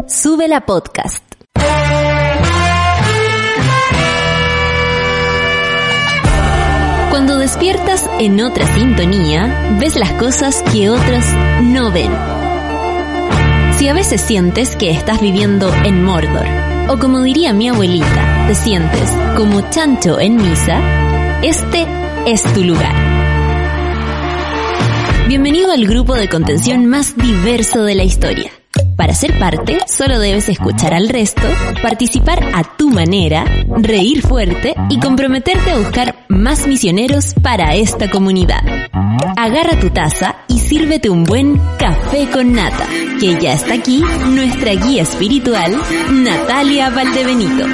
Sube la podcast. Cuando despiertas en otra sintonía, ves las cosas que otros no ven. Si a veces sientes que estás viviendo en Mordor, o como diría mi abuelita, te sientes como chancho en misa, este es tu lugar. Bienvenido al grupo de contención más diverso de la historia. Para ser parte, solo debes escuchar al resto, participar a tu manera, reír fuerte y comprometerte a buscar más misioneros para esta comunidad. Agarra tu taza y sírvete un buen café con nata, que ya está aquí nuestra guía espiritual, Natalia Valdebenito.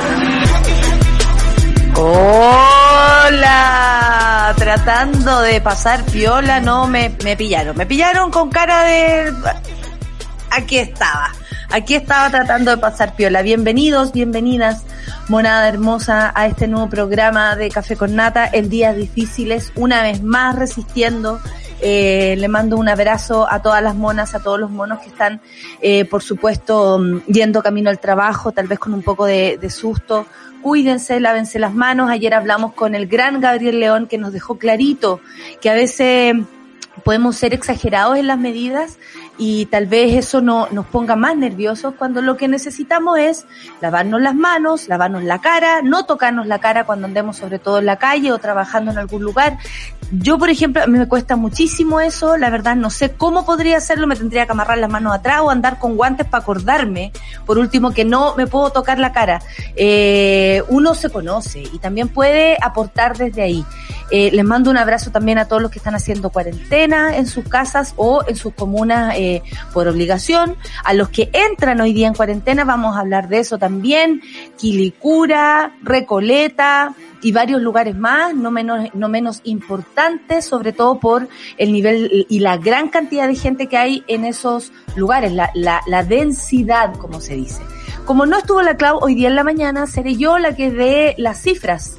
¡Hola! Tratando de pasar piola, no me pillaron. Me pillaron con cara de... Aquí estaba tratando de pasar piola. Bienvenidos, bienvenidas, monada hermosa, a este nuevo programa de Café con Nata, en días difíciles, una vez más resistiendo. Le mando un abrazo a todas las monas, a todos los monos que están, por supuesto, yendo camino al trabajo, tal vez con un poco de susto. Cuídense, lávense las manos. Ayer hablamos con el gran Gabriel León, que nos dejó clarito que a veces podemos ser exagerados en las medidas y tal vez eso no nos ponga más nerviosos, cuando lo que necesitamos es lavarnos las manos, lavarnos la cara, no tocarnos la cara cuando andemos sobre todo en la calle o trabajando en algún lugar. Yo, por ejemplo, a mí me cuesta muchísimo eso, la verdad no sé cómo podría hacerlo, me tendría que amarrar las manos atrás o andar con guantes para acordarme, por último, que no me puedo tocar la cara. Uno se conoce y también puede aportar desde ahí. Les mando un abrazo también a todos los que están haciendo cuarentena en sus casas o en sus comunas por obligación. A los que entran hoy día en cuarentena, vamos a hablar de eso también. Quilicura, Recoleta y varios lugares más, no menos importantes, sobre todo por el nivel y la gran cantidad de gente que hay en esos lugares, la densidad, como se dice. Como no estuvo la Clau hoy día en la mañana, seré yo la que dé las cifras.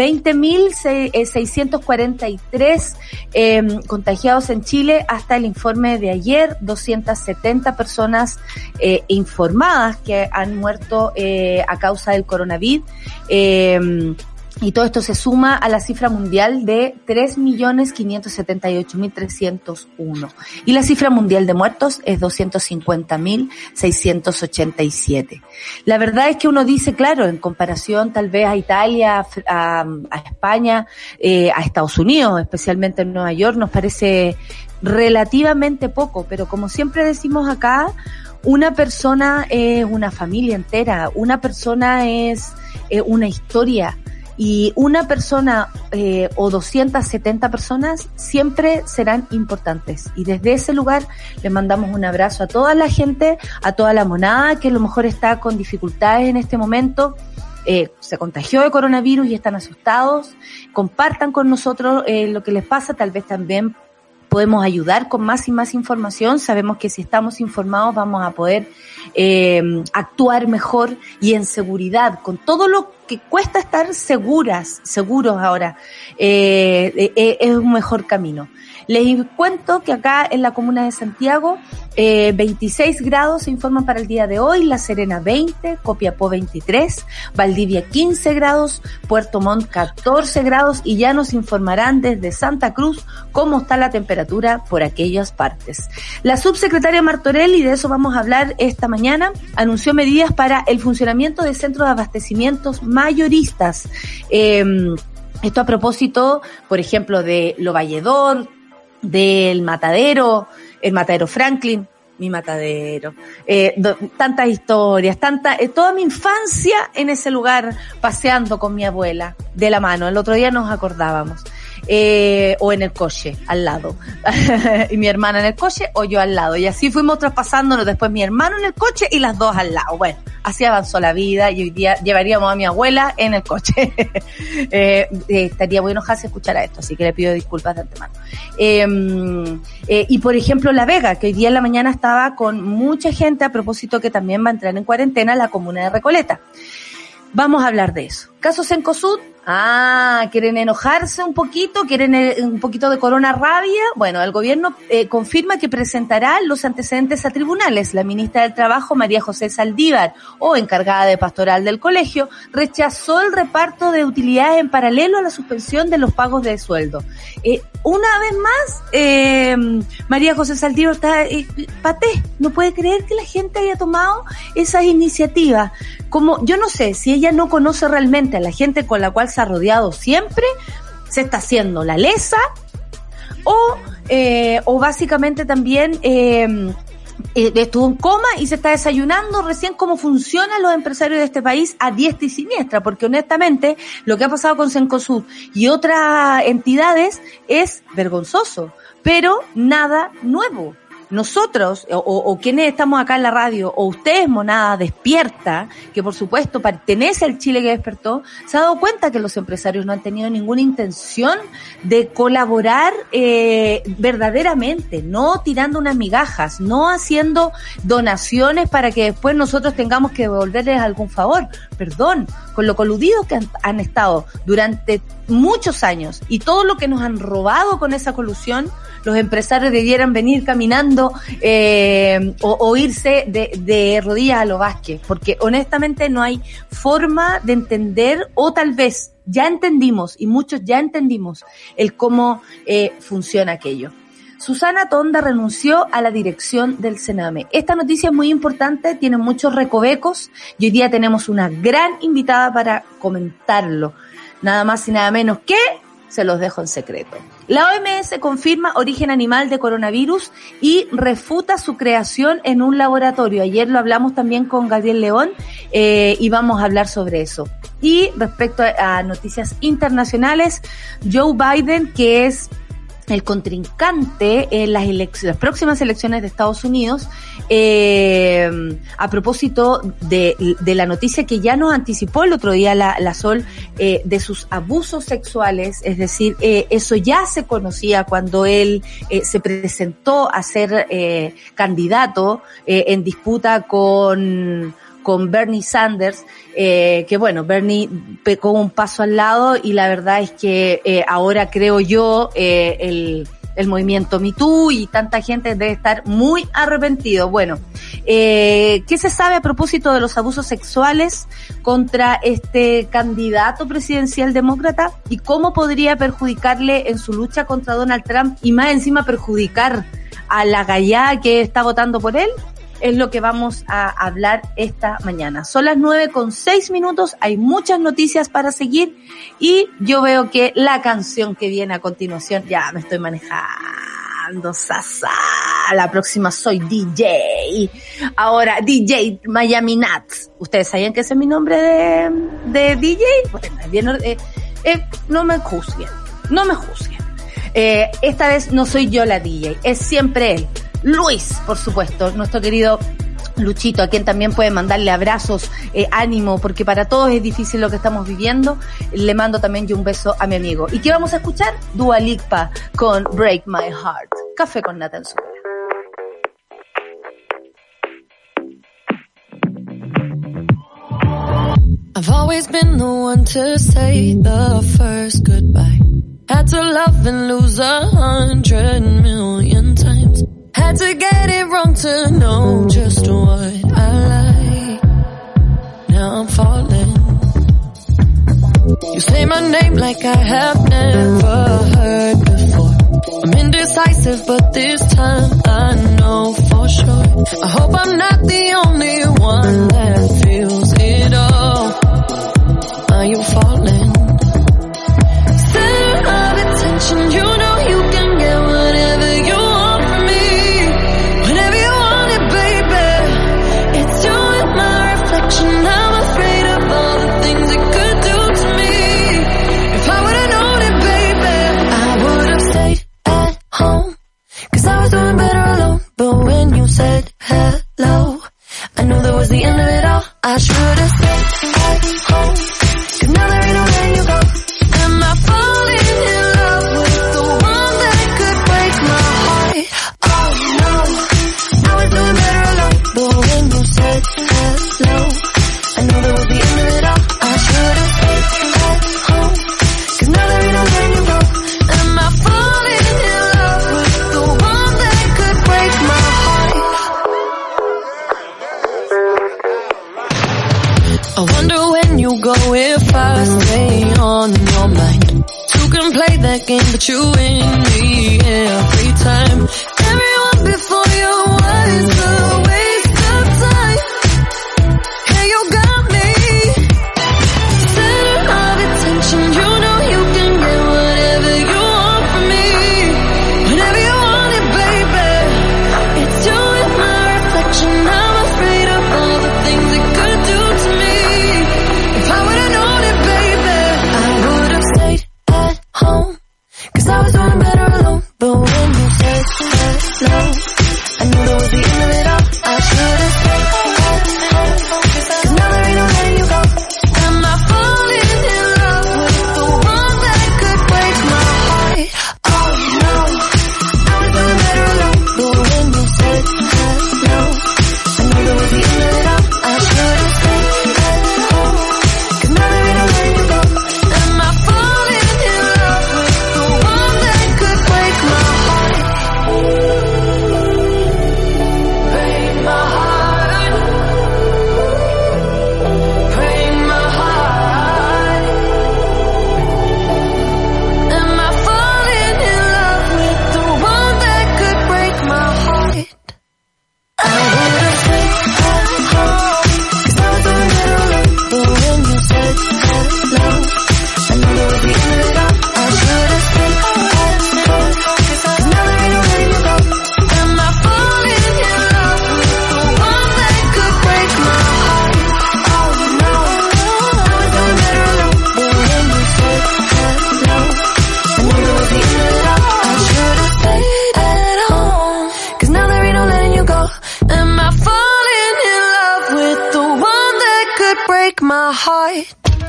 20.643 contagiados en Chile hasta el informe de ayer, 270 personas informadas que han muerto a causa del coronavirus. Y todo esto se suma a la cifra mundial de 3.578.301. Y la cifra mundial de muertos es 250.687. La verdad es que uno dice, claro, en comparación tal vez a Italia, a España, a Estados Unidos, especialmente en Nueva York, nos parece relativamente poco. Pero como siempre decimos acá, una persona es una familia entera, una persona es una historia. Y una persona o 270 personas siempre serán importantes. Y desde ese lugar le mandamos un abrazo a toda la gente, a toda la monada que a lo mejor está con dificultades en este momento. Se contagió de coronavirus y están asustados. Compartan con nosotros lo que les pasa, tal vez también podemos ayudar con más y más información. Sabemos que si estamos informados vamos a poder actuar mejor y en seguridad, con todo lo que cuesta estar seguros ahora. Es un mejor camino. Les cuento que acá en la comuna de Santiago, 26 grados se informan para el día de hoy, La Serena 20, Copiapó 23, Valdivia 15 grados, Puerto Montt 14 grados y ya nos informarán desde Santa Cruz cómo está la temperatura por aquellas partes. La subsecretaria Martorell, y de eso vamos a hablar esta mañana, anunció medidas para el funcionamiento de centros de abastecimientos mayoristas. Esto a propósito, por ejemplo, de Lo Valledor, del Matadero, el Matadero Franklin, mi matadero, tantas historias, toda mi infancia en ese lugar, paseando con mi abuela, de la mano. El otro día nos acordábamos. O en el coche, al lado. Y mi hermana en el coche o yo al lado. Y así fuimos traspasándonos, después mi hermano en el coche y las dos al lado. Bueno, así avanzó la vida y hoy día llevaríamos a mi abuela en el coche. Estaría muy enojada si escuchara esto, así que le pido disculpas de antemano. Y por ejemplo La Vega, que hoy día en la mañana estaba con mucha gente, a propósito que también va a entrar en cuarentena, la comuna de Recoleta. vamos a hablar de eso. Caso Cencosud. ¿Quieren enojarse un poquito? ¿Quieren un poquito de corona rabia? Bueno, el gobierno confirma que presentará los antecedentes a tribunales. La ministra del Trabajo, María José Saldívar, encargada de pastoral del colegio, rechazó el reparto de utilidades en paralelo a la suspensión de los pagos de sueldo. Una vez más, María José Saldívar está paté. No puede creer que la gente haya tomado esas iniciativas. Como, yo no sé si ella no conoce realmente a la gente con la cual se ha rodeado siempre, se está haciendo la lesa, o básicamente también estuvo en coma y se está desayunando recién cómo funcionan los empresarios de este país a diestra y siniestra, porque honestamente lo que ha pasado con Cencosud y otras entidades es vergonzoso, pero nada nuevo. Nosotros, o quienes estamos acá en la radio, o ustedes, monada despierta, que por supuesto pertenece al Chile que despertó, se ha dado cuenta que los empresarios no han tenido ninguna intención de colaborar verdaderamente, no tirando unas migajas, no haciendo donaciones para que después nosotros tengamos que devolverles algún favor. Perdón, con lo coludidos que han estado durante muchos años y todo lo que nos han robado con esa colusión, los empresarios debieran venir caminando o irse de rodillas a los Vázquez, porque honestamente no hay forma de entender, o tal vez ya entendimos, y muchos ya entendimos, el cómo funciona aquello. Susana Tonda renunció a la dirección del Sename. Esta noticia es muy importante, tiene muchos recovecos y hoy día tenemos una gran invitada para comentarlo. Nada más y nada menos que, se los dejo en secreto. La OMS confirma origen animal de coronavirus y refuta su creación en un laboratorio. Ayer lo hablamos también con Gabriel León y vamos a hablar sobre eso. Y respecto a noticias internacionales, Joe Biden, que es el contrincante en las próximas elecciones de Estados Unidos, a propósito de la noticia que ya nos anticipó el otro día la Sol, de sus abusos sexuales, es decir, eso ya se conocía cuando él se presentó a ser candidato en disputa con Bernie Sanders, que bueno, Bernie pecó un paso al lado y la verdad es que ahora creo yo el movimiento Me Too y tanta gente debe estar muy arrepentido. Bueno, ¿qué se sabe a propósito de los abusos sexuales contra este candidato presidencial demócrata y cómo podría perjudicarle en su lucha contra Donald Trump y más encima perjudicar a la gallada que está votando por él? Es lo que vamos a hablar esta mañana. Son las 9:06, hay muchas noticias para seguir y yo veo que la canción que viene a continuación, ya me estoy manejando, sasa, la próxima soy DJ. Ahora, DJ Miami Nuts. ¿Ustedes sabían que ese es mi nombre de DJ? Bueno, no me juzguen, no me juzguen. Esta vez no soy yo la DJ, es siempre él. Luis, por supuesto, nuestro querido Luchito, a quien también puede mandarle abrazos, ánimo, porque para todos es difícil lo que estamos viviendo. Le mando también yo un beso a mi amigo. ¿Y qué vamos a escuchar? Dua Lipa con Break My Heart. Café con nata en su vida. I've always been the one to say the first goodbye. Had to love and lose 100 million times. Had to get it wrong to know just what I like. Now I'm falling. You say my name like I have never heard before. I'm indecisive, but this time I know for sure. I hope I'm not the only one that feels it all. Are you falling? Center of attention, you know you can get whatever you want from me. Whenever you want it, baby. It's you and my reflection. I'm afraid of all the things it could do to me. If I would've known it, baby, I would've stayed at home. 'Cause I was doing better alone. But when you said hello, I knew that was the end of it all. I should've stayed at home. 'Cause now there ain't no letting you go. Am I falling in love with the one that could break my heart? Oh no, I was doing better alone. But when you said hello, I knew that was the end of it all. I I wonder when you go if I stay on your mind. You can play that game but you win me every time. Everyone before you was a waste of time. Hey, you got me. Center of attention, you know you can get whatever you want from me. Whenever you want it, baby. It's you and my reflection. I'm afraid of all the things it could do to me. If I would've known it, baby, I would've stayed at home. 'Cause I was doing better alone. But when you said no, I knew that was the end of it all. I should've stayed at home. 'Cause now there ain't no letting you go. Am I falling in love with the one that could break my heart? Oh no, I was doing better alone. But when you said no, I knew that was the end of it all. I should've stayed at home. 'Cause now there ain't no letting you go. Am I falling in love with the one that could break my heart? Break my heart. Break my heart. Am I falling in love with the one that could break my heart? I would've stayed at home. 'Cause I was doing better alone. But when you said no, I knew that was the end of it all. I should've stayed at home. 'Cause now there ain't no letting you go. Am I falling in love with the one that could break my heart? Oh no, I was doing better alone. But when you said no, I knew that was the end of it all. I should've stayed at home. 'Cause now there ain't no letting you go. Am I falling in love with the one that could break my heart?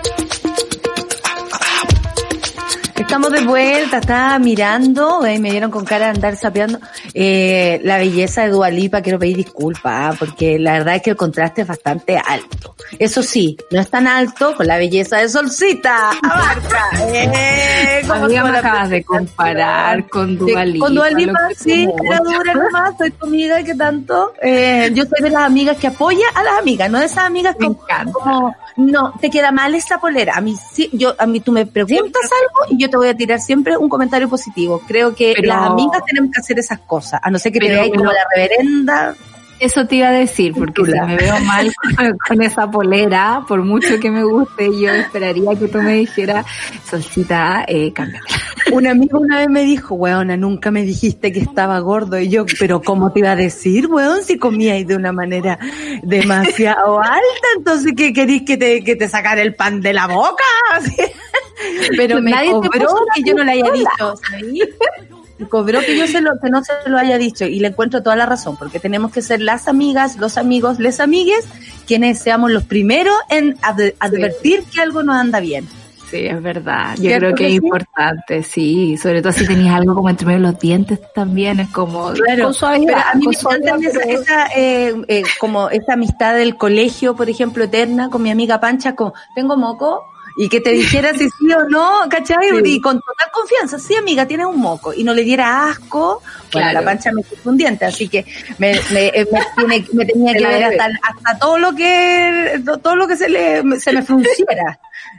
Estamos de vuelta, estaba mirando, me dieron con cara de andar sapeando la belleza de Dua Lipa. Quiero pedir disculpas, porque la verdad es que el contraste es bastante alto. Eso sí, no es tan alto con la belleza de Solcita Abarca. Amiga, me acabas de comparar con Dua Lipa. Con Dua Lipa, sí, era dura nomás, soy tu amiga, ¿qué tanto? Yo soy de las amigas que apoya a las amigas, no de esas amigas Me encanta. como no, te queda mal esta polera. A mí sí, a mí tú me preguntas algo y yo te voy a tirar siempre un comentario positivo. Creo que Pero- las amigas tenemos que hacer esas cosas, a no ser que te Pero- veáis como la reverenda. Eso te iba a decir, porque si Chula. me veo mal con esa polera, por mucho que me guste, yo esperaría que tú me dijeras, Solcita, cámbiame. Un amigo una vez me dijo, weona, nunca me dijiste que estaba gordo. Y yo, pero ¿cómo te iba a decir, weón? Si comíais de una manera demasiado alta, entonces ¿qué querís que te sacara el pan de la boca? Así. Pero Me nadie te cobró puso la que yo no le haya pistola. dicho, ¿sabí? Me cobró que yo que no se lo haya dicho, y le encuentro toda la razón, porque tenemos que ser las amigas, los amigos, les amigues, quienes seamos los primeros en advertir que algo no anda bien. Sí, es verdad. Yo ¿Cierto creo que que es sí? importante, sí. Sobre todo si tenías algo como entre medio de los dientes también, es como Claro, con suavidad. pero a mí con me encanta suavidad, pero- como esa amistad del colegio, por ejemplo, eterna, con mi amiga Pancha, como, tengo moco, y que te dijera si sí o no, ¿cachai? Sí. Y con total confianza, sí, amiga, tienes un moco, y no le diera asco. Bueno, Claro. la Pancha me puso un diente, así que me tenía Te que la ver debe. hasta todo lo que se me frunciera.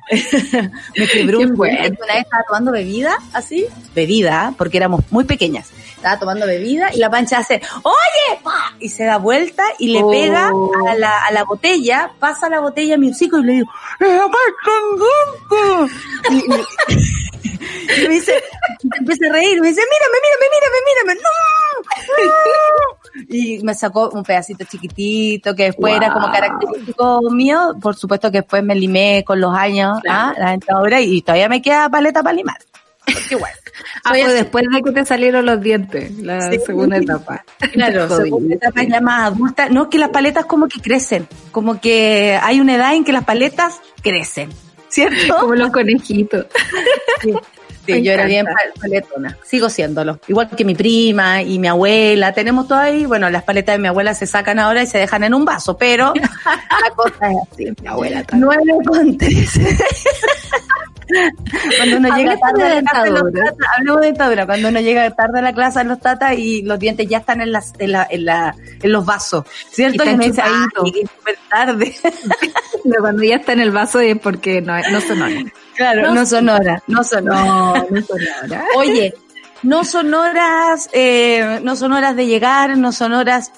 Me quebró Qué un bueno. diente. Una vez estaba tomando bebida, bebida, porque éramos muy pequeñas. Estaba tomando bebida y la Pancha hace, ¡oye! ¡Pa! Y se da vuelta y le pega a la botella, pasa la botella a mi hocico y le digo, ¡acá está un diente! Y me dice, y te empieza a reír, me dice, mírame, ¡no! Y me sacó un pedacito chiquitito que después era como Wow. característico mío. Por supuesto que después me limé con los años, Claro. la dentadura, y todavía me queda paleta para limar. Porque bueno, soy fue así. después de que te salieron los dientes, la Sí. segunda etapa. Claro, Te segunda jodiste. etapa ya más adulta. No, que las paletas como que crecen, como que hay una edad en que las paletas crecen, ¿cierto? Como los conejitos. Sí, Me yo era bien encanta. paletona, sigo siéndolo. Igual que mi prima y mi abuela, tenemos todo ahí. Bueno, las paletas de mi abuela se sacan ahora y se dejan en un vaso, pero la cosa es así. Mi abuela también. 9:13. Cuando uno llega tarde a la clase, dentadura. hablemos de dentadura, cuando uno llega tarde a la clase a los tatas y los dientes ya están en los vasos, ¿cierto? Y Y uno dice, están ahí chupados. llegué súper tarde. Pero cuando ya está en el vaso es porque no son horas. Claro, no son horas. No son horas. Oye, no son horas de llegar, no son horas,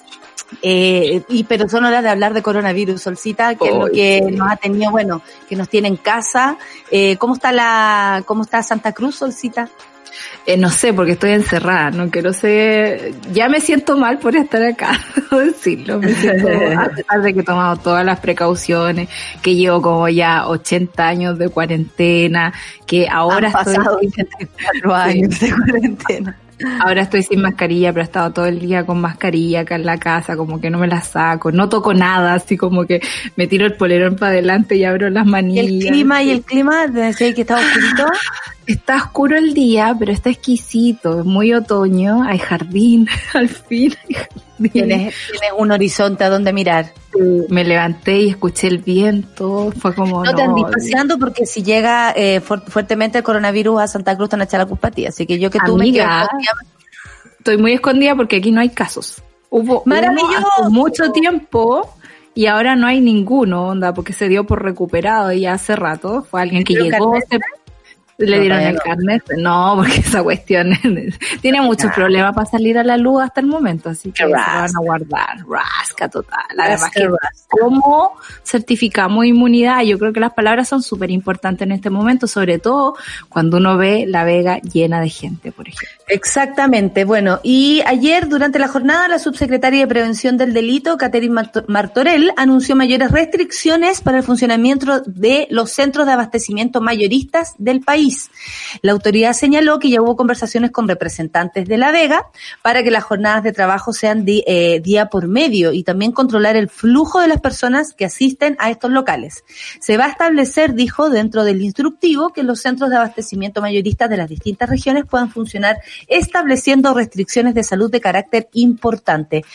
pero son horas de hablar de coronavirus, Solcita, que es lo que nos ha tenido, bueno, que nos tiene en casa. ¿Cómo está Santa Cruz, Solcita? No sé, porque estoy encerrada, no quiero ser... Ya me siento mal por estar acá, debo decirlo. Me siento, a pesar de que he tomado todas las precauciones, que llevo como ya 80 años de cuarentena, que ahora Han pasado 84 años de cuarentena. Ahora estoy sin mascarilla, pero he estado todo el día con mascarilla acá en la casa, como que no me la saco, no toco nada, así como que me tiro el polerón para adelante y abro las ¿Y manillas. el clima? ¿Decís que está oscurito? Está oscuro el día, pero está exquisito, es muy otoño, hay jardín, al fin hay jardín. Tienes un horizonte a donde mirar. Me levanté y escuché el viento, fue como... No te andís paseando porque si llega fuertemente el coronavirus a Santa Cruz te van a echar la culpa a ti, así que yo que tú me quedo Amiga, estoy muy escondida porque aquí no hay casos. Hubo ¡Maravilloso! uno hace mucho tiempo y ahora no hay ninguno, onda, porque se dio por recuperado ya hace rato. Fue alguien que ¿Pero llegó, carnet? le No, dieron todavía el no. carnet. No, porque esa cuestión tiene muchos problemas para salir a la luz hasta el momento, así que se lo van a guardar. Rasca total. Además que ¿cómo certificamos inmunidad? Yo creo que las palabras son súper importantes en este momento, sobre todo cuando uno ve La Vega llena de gente, por ejemplo. Exactamente. Bueno, y ayer durante la jornada la subsecretaria de Prevención del Delito, Catherine Martorell, anunció mayores restricciones para el funcionamiento de los centros de abastecimiento mayoristas del país. La autoridad señaló que ya hubo conversaciones con representantes de La Vega para que las jornadas de trabajo sean día por medio y también controlar el flujo de las personas que asisten a estos locales. Se va a establecer, dijo, dentro del instructivo que los centros de abastecimiento mayoristas de las distintas regiones puedan funcionar estableciendo restricciones de salud de carácter importante.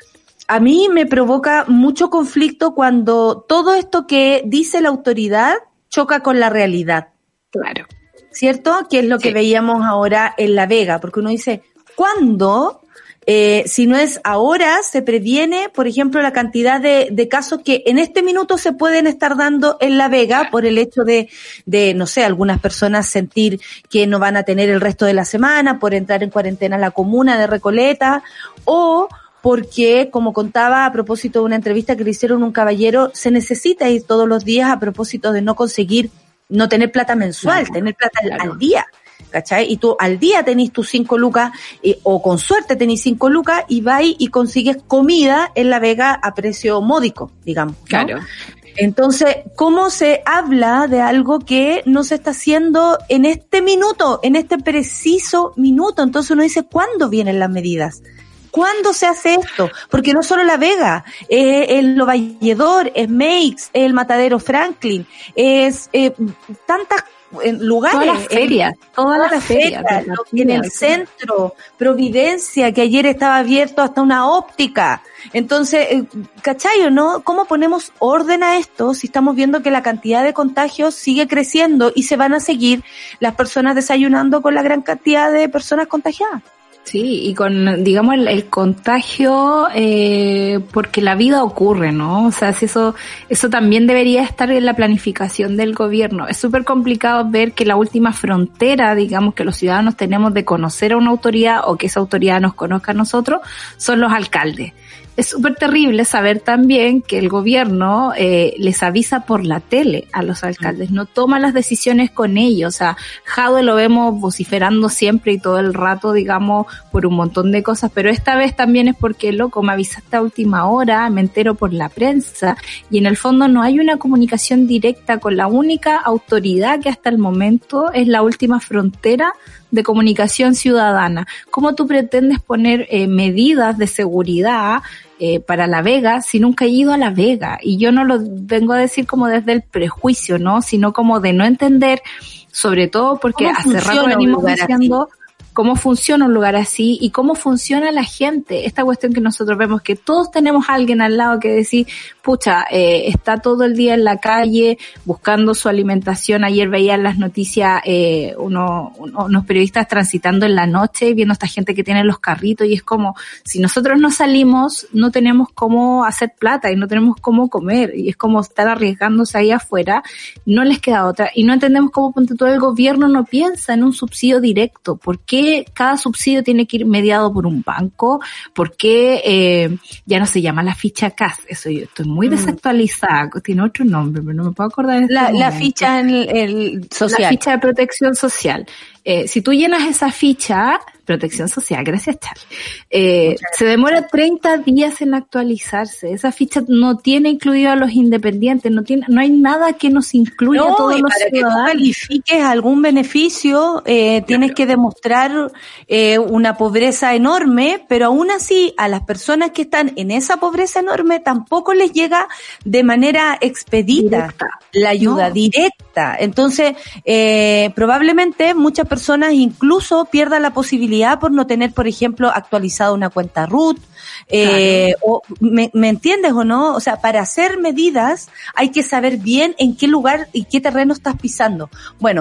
A mí me provoca mucho conflicto cuando todo esto que dice la autoridad choca con la realidad. Claro. ¿Cierto? Que es lo que veíamos ahora en La Vega, porque uno dice, ¿cuándo? Si no es ahora, se previene, por ejemplo, la cantidad de casos que en este minuto se pueden estar dando en La Vega por el hecho de, no sé, algunas personas sentir que no van a tener el resto de la semana por entrar en cuarentena en la comuna de Recoleta, o porque, como contaba a propósito de una entrevista que le hicieron a un caballero, se necesita ir todos los días a propósito de no tener plata mensual, tener plata al día. ¿Cachai? Y tú al día tenés tus 5 lucas, o con suerte tenés 5 lucas, y vas y consigues comida en La Vega a precio módico, digamos, ¿no? Claro. Entonces, ¿cómo se habla de algo que no se está haciendo en este minuto, en este preciso minuto? Entonces uno dice, ¿cuándo vienen las medidas? ¿Cuándo se hace esto? Porque no solo La Vega, el Lo Valledor, es Meix, el Matadero Franklin, es tantas lugares. Todas las ferias. En el centro, Providencia, que ayer estaba abierto hasta una óptica. Entonces, ¿cachai, no? ¿Cómo ponemos orden a esto si estamos viendo que la cantidad de contagios sigue creciendo y se van a seguir las personas desayunando con la gran cantidad de personas contagiadas? Sí, y con, digamos, el contagio, porque la vida ocurre, ¿no? O sea, si eso también debería estar en la planificación del gobierno. Es súper complicado ver que la última frontera, digamos, que los ciudadanos tenemos de conocer a una autoridad o que esa autoridad nos conozca a nosotros, son los alcaldes. Es súper terrible saber también que el gobierno les avisa por la tele a los alcaldes, no toma las decisiones con ellos. O sea, Jadwe lo vemos vociferando siempre y todo el rato, digamos, por un montón de cosas, pero esta vez también es porque, loco, me avisaste a última hora, me entero por la prensa, y en el fondo no hay una comunicación directa con la única autoridad que hasta el momento es la última frontera de comunicación ciudadana. ¿Cómo tú pretendes poner medidas de seguridad para La Vega si nunca he ido a La Vega? Y yo no lo vengo a decir como desde el prejuicio, ¿no? Sino como de no entender, sobre todo porque hace rato venimos diciendo cómo funciona un lugar así y cómo funciona la gente. Esta cuestión que nosotros vemos que todos tenemos a alguien al lado que decir, pucha, está todo el día en la calle buscando su alimentación. Ayer veía en las noticias unos periodistas transitando en la noche viendo a esta gente que tiene los carritos, y es como, si nosotros no salimos, no tenemos cómo hacer plata y no tenemos cómo comer, y es como estar arriesgándose ahí afuera, no les queda otra, y no entendemos cómo, ponte tú, el gobierno no piensa en un subsidio directo. ¿Por qué cada subsidio tiene que ir mediado por un banco? ¿Por qué ya no se llama la ficha CAS? Eso yo estoy muy desactualizada, tiene otro nombre, pero no me puedo acordar. La ficha en el social. La ficha de protección social. Si tú llenas esa ficha, protección social, gracias Charlie, se demora 30 días en actualizarse. Esa ficha no tiene incluido a los independientes, no hay nada que nos incluya a todos los ciudadanos. Para que tú califiques algún beneficio, tienes que demostrar una pobreza enorme, pero aún así a las personas que están en esa pobreza enorme tampoco les llega de manera expedita la ayuda directa. Entonces, probablemente muchas personas incluso pierdan la posibilidad por no tener, por ejemplo, actualizado una cuenta RUT, o ¿me entiendes o no? O sea, para hacer medidas hay que saber bien en qué lugar y qué terreno estás pisando. Bueno,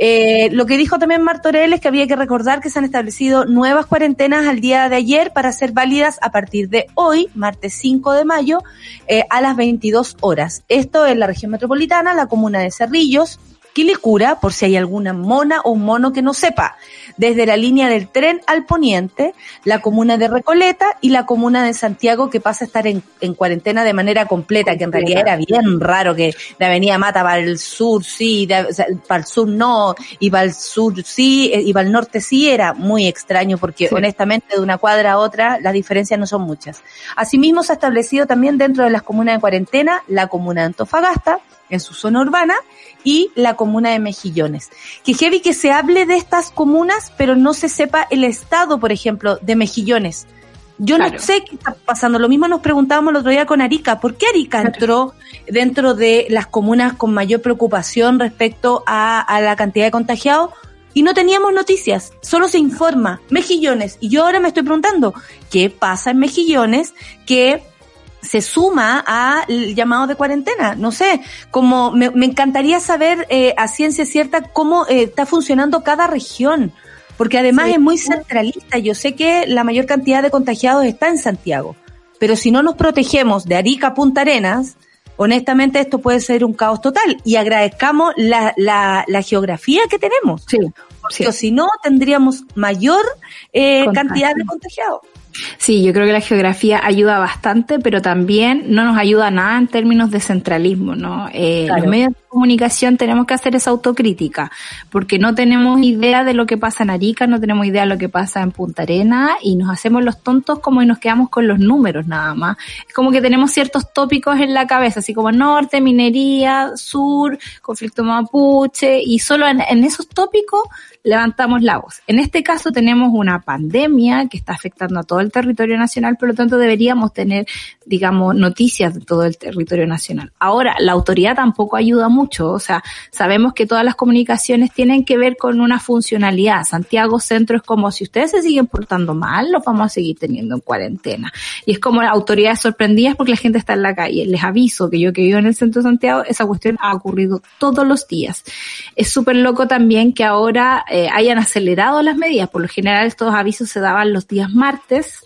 lo que dijo también Martorell es que había que recordar que se han establecido nuevas cuarentenas al día de ayer para ser válidas a partir de hoy, martes 5 de mayo, a las 22 horas. Esto en la región metropolitana, la comuna de Cerrillos, Quilicura, por si hay alguna mona o un mono que no sepa, desde la línea del tren al poniente, la comuna de Recoleta y la comuna de Santiago, que pasa a estar en cuarentena de manera completa, que en realidad era bien raro que la avenida Mata para el sur sí, para el sur no, y para el sur sí, y para el norte sí, era muy extraño porque honestamente de una cuadra a otra las diferencias no son muchas. Asimismo se ha establecido también dentro de las comunas de cuarentena la comuna de Antofagasta, en su zona urbana, y la comuna de Mejillones. Que heavy que se hable de estas comunas, pero no se sepa el estado, por ejemplo, de Mejillones. Yo no sé qué está pasando. Lo mismo nos preguntábamos el otro día con Arica. ¿Por qué Arica entró dentro de las comunas con mayor preocupación respecto a la cantidad de contagiados? Y no teníamos noticias, solo se informa. Mejillones. Y yo ahora me estoy preguntando, ¿qué pasa en Mejillones que se suma al llamado de cuarentena? No sé, como me encantaría saber a ciencia cierta cómo está funcionando cada región, porque además es muy centralista. Yo sé que la mayor cantidad de contagiados está en Santiago, pero si no nos protegemos de Arica a Punta Arenas, honestamente esto puede ser un caos total, y agradezcamos la geografía que tenemos, porque si no tendríamos mayor cantidad de contagiados. Sí, yo creo que la geografía ayuda bastante, pero también no nos ayuda nada en términos de centralismo, ¿no? Los medios de comunicación tenemos que hacer esa autocrítica, porque no tenemos idea de lo que pasa en Arica, no tenemos idea de lo que pasa en Punta Arenas, y nos hacemos los tontos como y nos quedamos con los números nada más. Es como que tenemos ciertos tópicos en la cabeza, así como norte, minería, sur, conflicto mapuche, y solo en esos tópicos levantamos la voz. En este caso tenemos una pandemia que está afectando a todo el territorio nacional, por lo tanto deberíamos tener, digamos, noticias de todo el territorio nacional. Ahora, la autoridad tampoco ayuda mucho, o sea, sabemos que todas las comunicaciones tienen que ver con una funcionalidad. Santiago Centro es como, si ustedes se siguen portando mal, los vamos a seguir teniendo en cuarentena. Y es como las autoridades sorprendidas porque la gente está en la calle. Les aviso que yo que vivo en el centro de Santiago, esa cuestión ha ocurrido todos los días. Es súper loco también que ahora hayan acelerado las medidas. Por lo general estos avisos se daban los días martes,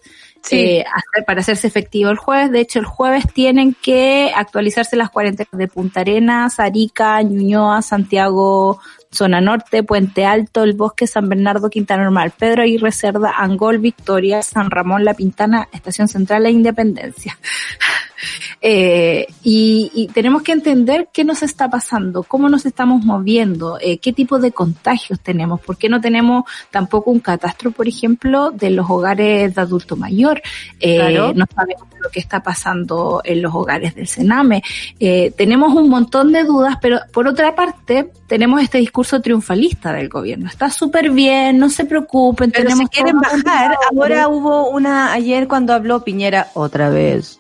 para hacerse efectivo el jueves. De hecho, el jueves tienen que actualizarse las cuarentenas de Punta Arenas, Arica, Ñuñoa, Santiago, Zona Norte, Puente Alto, El Bosque, San Bernardo, Quintana Normal, Pedro Aguirre Cerda, Angol, Victoria, San Ramón, La Pintana, Estación Central e Independencia. Y tenemos que entender qué nos está pasando, cómo nos estamos moviendo, qué tipo de contagios tenemos, por qué no tenemos tampoco un catastro, por ejemplo, de los hogares de adulto mayor. No sabemos lo que está pasando en los hogares del Sename. Tenemos un montón de dudas, pero por otra parte tenemos este discurso triunfalista del gobierno. Está súper bien, no se preocupen. Pero tenemos si quieren bajar, ahora hubo una ayer cuando habló Piñera otra vez.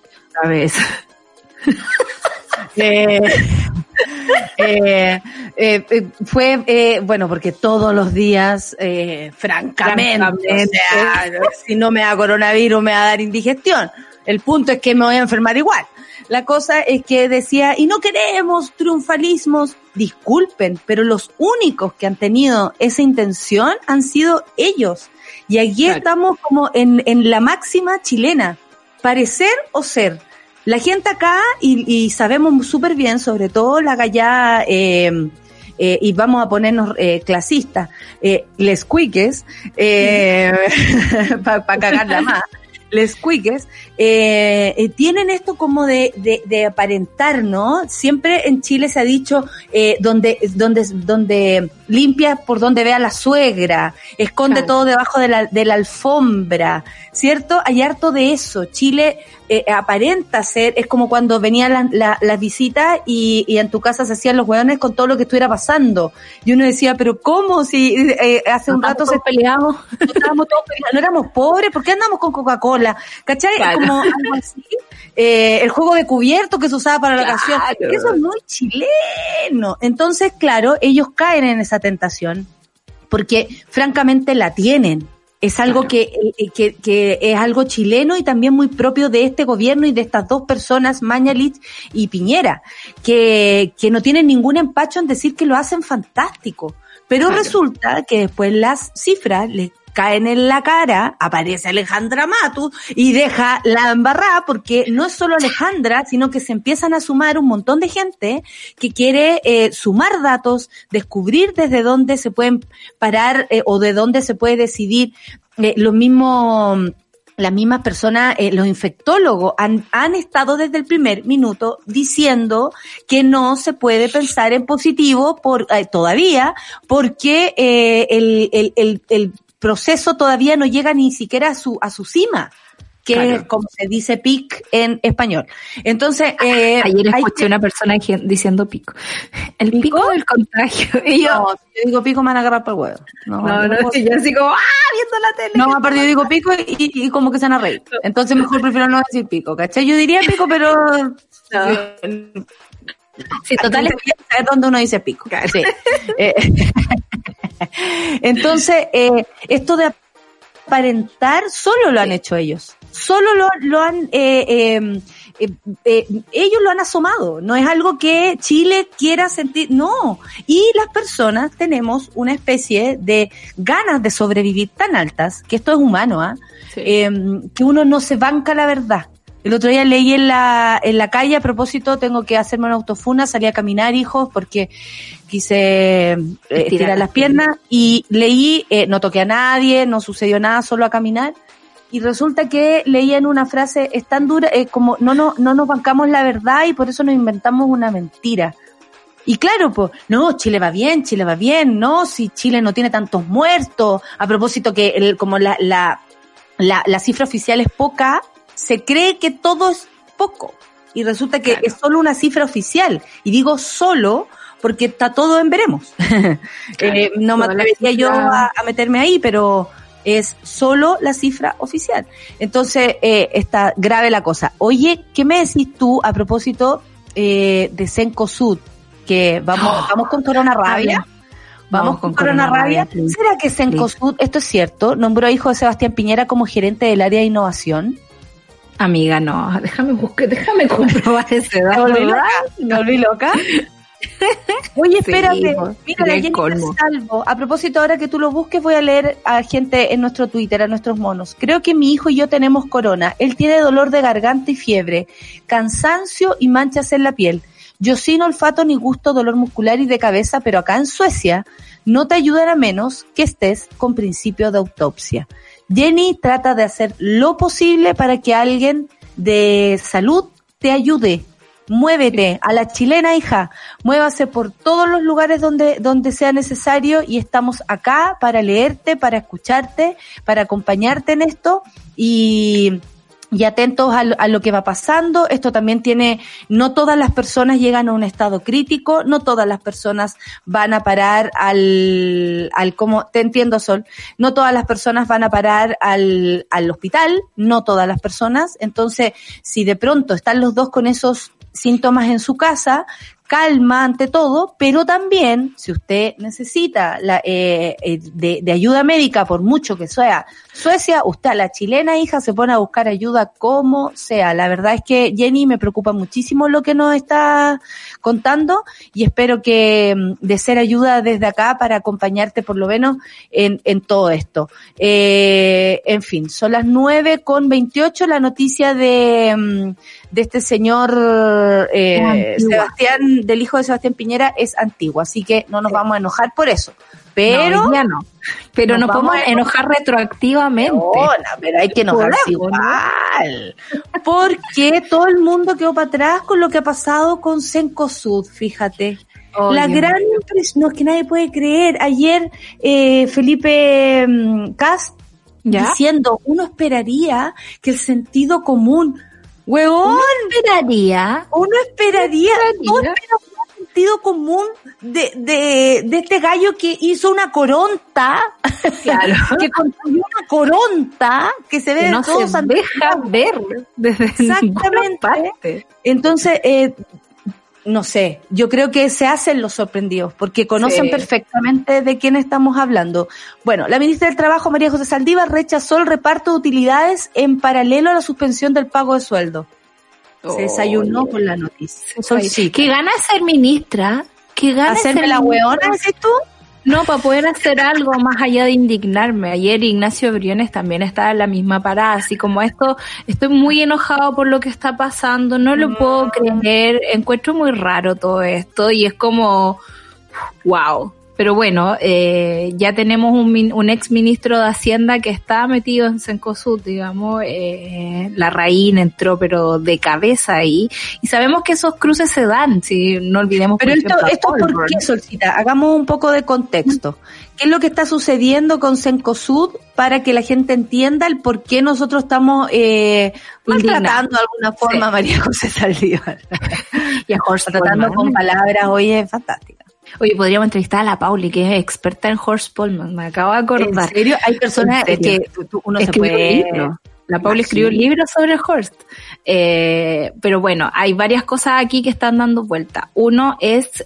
Fue, bueno, porque todos los días, francamente, o sea, si no me da coronavirus me va a dar indigestión. El punto es que me voy a enfermar igual. La cosa es que decía, y no queremos triunfalismos. Disculpen, pero los únicos que han tenido esa intención han sido ellos. Y aquí estamos como en la máxima chilena, parecer o ser. La gente acá, y sabemos súper bien, sobre todo la gallada, y vamos a ponernos clasistas, les cuiques, para cagarla más. Les cuiques, tienen esto como de aparentar, ¿no? Siempre en Chile se ha dicho, donde limpia por donde vea la suegra, esconde todo debajo de la alfombra, ¿cierto? Hay harto de eso. Chile aparenta ser, es como cuando venían las visitas y en tu casa se hacían los hueones con todo lo que estuviera pasando. Y uno decía, pero ¿cómo? Si hace un rato se peleamos, estábamos todos peleando, no éramos pobres, ¿por qué andamos con Coca-Cola? ¿Cachai? Claro. Como algo así. El juego de cubierto que se usaba para la ocasión. Eso es muy chileno. Entonces, claro, ellos caen en esa tentación porque francamente la tienen. Es algo que es algo chileno y también muy propio de este gobierno y de estas dos personas, Mañalich y Piñera, que no tienen ningún empacho en decir que lo hacen fantástico. Pero resulta que después las cifras les caen en la cara, aparece Alejandra Matus y deja la embarrada, porque no es solo Alejandra, sino que se empiezan a sumar un montón de gente que quiere sumar datos, descubrir desde dónde se pueden parar o de dónde se puede decidir. Lo mismo, las mismas personas, los infectólogos han estado desde el primer minuto diciendo que no se puede pensar en positivo todavía, porque el proceso todavía no llega ni siquiera a su cima, que es como se dice pic en español. Entonces, ayer escuché una persona diciendo pico. ¿El pico del contagio? Y no, si yo digo pico me van a agarrar por el huevo. No, yo así como, viendo la tele. No, aparte yo digo pico y como que se van a reír. Entonces mejor prefiero no decir pico, ¿cachai? Yo diría pico, pero... No. Sí, total, es donde uno dice pico. Sí. Entonces, esto de aparentar solo lo han hecho ellos. Solo lo han, ellos lo han asomado. No es algo que Chile quiera sentir, no. Y las personas tenemos una especie de ganas de sobrevivir tan altas, que esto es humano, sí. Que uno no se banca la verdad. El otro día leí en la calle, a propósito, tengo que hacerme una autofuna, salí a caminar, hijos, porque quise estirar las piernas, y leí, no toqué a nadie, no sucedió nada, solo a caminar, y resulta que leí en una frase, es tan dura, como no nos bancamos la verdad y por eso nos inventamos una mentira. Y claro, pues, no, Chile va bien, no, si Chile no tiene tantos muertos, a propósito que como la cifra oficial es poca, se cree que todo es poco y resulta que es solo una cifra oficial, y digo solo porque está todo en veremos. No me atrevería yo a meterme ahí, pero es solo la cifra oficial. Entonces está grave la cosa. Oye, ¿qué me decís tú a propósito de Cencosud? Que vamos con Corona Rabia. Vamos con Corona Rabia. ¿Será que Cencosud, esto es cierto, nombró a hijo de Sebastián Piñera como gerente del área de innovación? Amiga, no, déjame comprobar ese dato. ¿Me volví loca? Oye, espérate, mira, la Jennifer Salvo, a propósito, ahora que tú lo busques, voy a leer a gente en nuestro Twitter, a nuestros monos. Creo que mi hijo y yo tenemos corona. Él tiene dolor de garganta y fiebre, cansancio y manchas en la piel. Yo sin olfato ni gusto, dolor muscular y de cabeza, pero acá en Suecia no te ayudan a menos que estés con principio de autopsia. Jenny trata de hacer lo posible para que alguien de salud te ayude. Muévete, a la chilena, hija, muévase por todos los lugares donde sea necesario, y estamos acá para leerte, para escucharte, para acompañarte en esto y atentos a lo que va pasando. Esto también no todas las personas llegan a un estado crítico, no todas las personas van a parar como te entiendo, Sol, no todas las personas van a parar al hospital, no todas las personas. Entonces, si de pronto están los dos con esos síntomas en su casa, calma ante todo, pero también, si usted necesita de ayuda médica, por mucho que sea Suecia, usted a la chilena, hija, se pone a buscar ayuda como sea. La verdad es que, Jenny, me preocupa muchísimo lo que nos está contando y espero que de ser ayuda desde acá para acompañarte por lo menos en todo esto. En fin, son las 9:28, la noticia de este señor Sebastián, del hijo de Sebastián Piñera, es antigua, así que no nos vamos a enojar por eso. Pero no, ya no. Pero nos podemos enojar retroactivamente. Pero hay que enojarse igual. Porque todo el mundo quedó para atrás con lo que ha pasado con Cencosud, fíjate. La gran impresión, que nadie puede creer. Ayer Felipe Kast diciendo, uno esperaría que el sentido común, huevón, uno esperaría todo el sentido común de este gallo que hizo una coronta, claro, que construyó una coronta que se ve que de no todos, se deja ver desde exactamente parte. Entonces no sé, yo creo que se hacen los sorprendidos porque conocen perfectamente de quién estamos hablando. Bueno, la ministra del Trabajo, María José Saldívar, rechazó el reparto de utilidades en paralelo a la suspensión del pago de sueldo. Se desayunó con la noticia. ¿Qué gana ser ministra? ¿Qué gana hacerme la hueona, decís tú? No, para poder hacer algo más allá de indignarme. Ayer Ignacio Briones también estaba en la misma parada, así como esto, estoy muy enojado por lo que está pasando, no lo puedo creer, encuentro muy raro todo esto y es como, wow. Pero bueno, ya tenemos un ex ministro de Hacienda que está metido en Cencosud, digamos, Larraín entró pero de cabeza ahí, y sabemos que esos cruces se dan, si no olvidemos. Pero esto ¿por qué, Solcita? Hagamos un poco de contexto. ¿Qué es lo que está sucediendo con Cencosud para que la gente entienda el por qué nosotros estamos maltratando de alguna forma a María José Saldívar? Y a Horst tratando con palabras, oye, fantásticas. Oye, podríamos entrevistar a la Pauli, que es experta en Horst Pullman, me acabo de acordar. ¿En serio? Hay personas que uno se puede... La Pauli escribió un libro sobre Horst. Pero bueno, hay varias cosas aquí que están dando vuelta. Uno es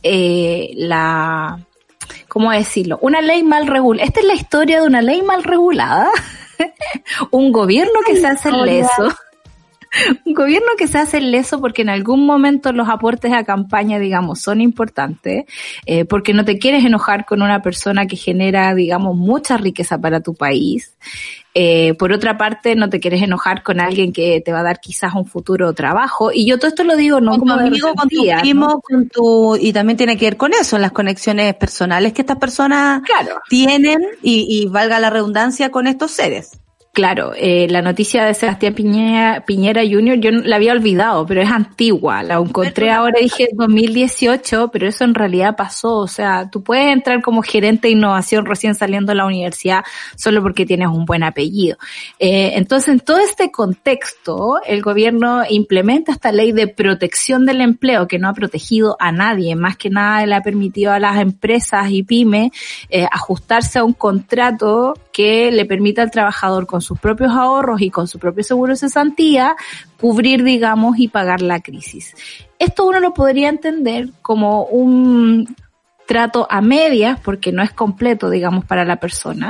¿cómo decirlo? Una ley mal regulada. Esta es la historia de una ley mal regulada. Un gobierno que se hace leso. Un gobierno que se hace leso porque en algún momento los aportes a campaña, digamos, son importantes, porque no te quieres enojar con una persona que genera, digamos, mucha riqueza para tu país. Por otra parte, no te quieres enojar con alguien que te va a dar quizás un futuro trabajo. Y yo todo esto lo digo no con como tu amigo, con tu primo, ¿no? y también tiene que ver con eso, en las conexiones personales que estas personas tienen y valga la redundancia con estos seres. Claro, la noticia de Sebastián Piñera Jr. yo la había olvidado, pero es antigua, la encontré ahora, dije 2018, pero eso en realidad pasó, o sea, tú puedes entrar como gerente de innovación recién saliendo de la universidad solo porque tienes un buen apellido. Entonces, en todo este contexto, el gobierno implementa esta ley de protección del empleo que no ha protegido a nadie, más que nada le ha permitido a las empresas y pymes ajustarse a un contrato que le permita al trabajador con sus propios ahorros y con su propio seguro de cesantía cubrir, digamos, y pagar la crisis. Esto uno lo podría entender como un trato a medias, porque no es completo, digamos, para la persona,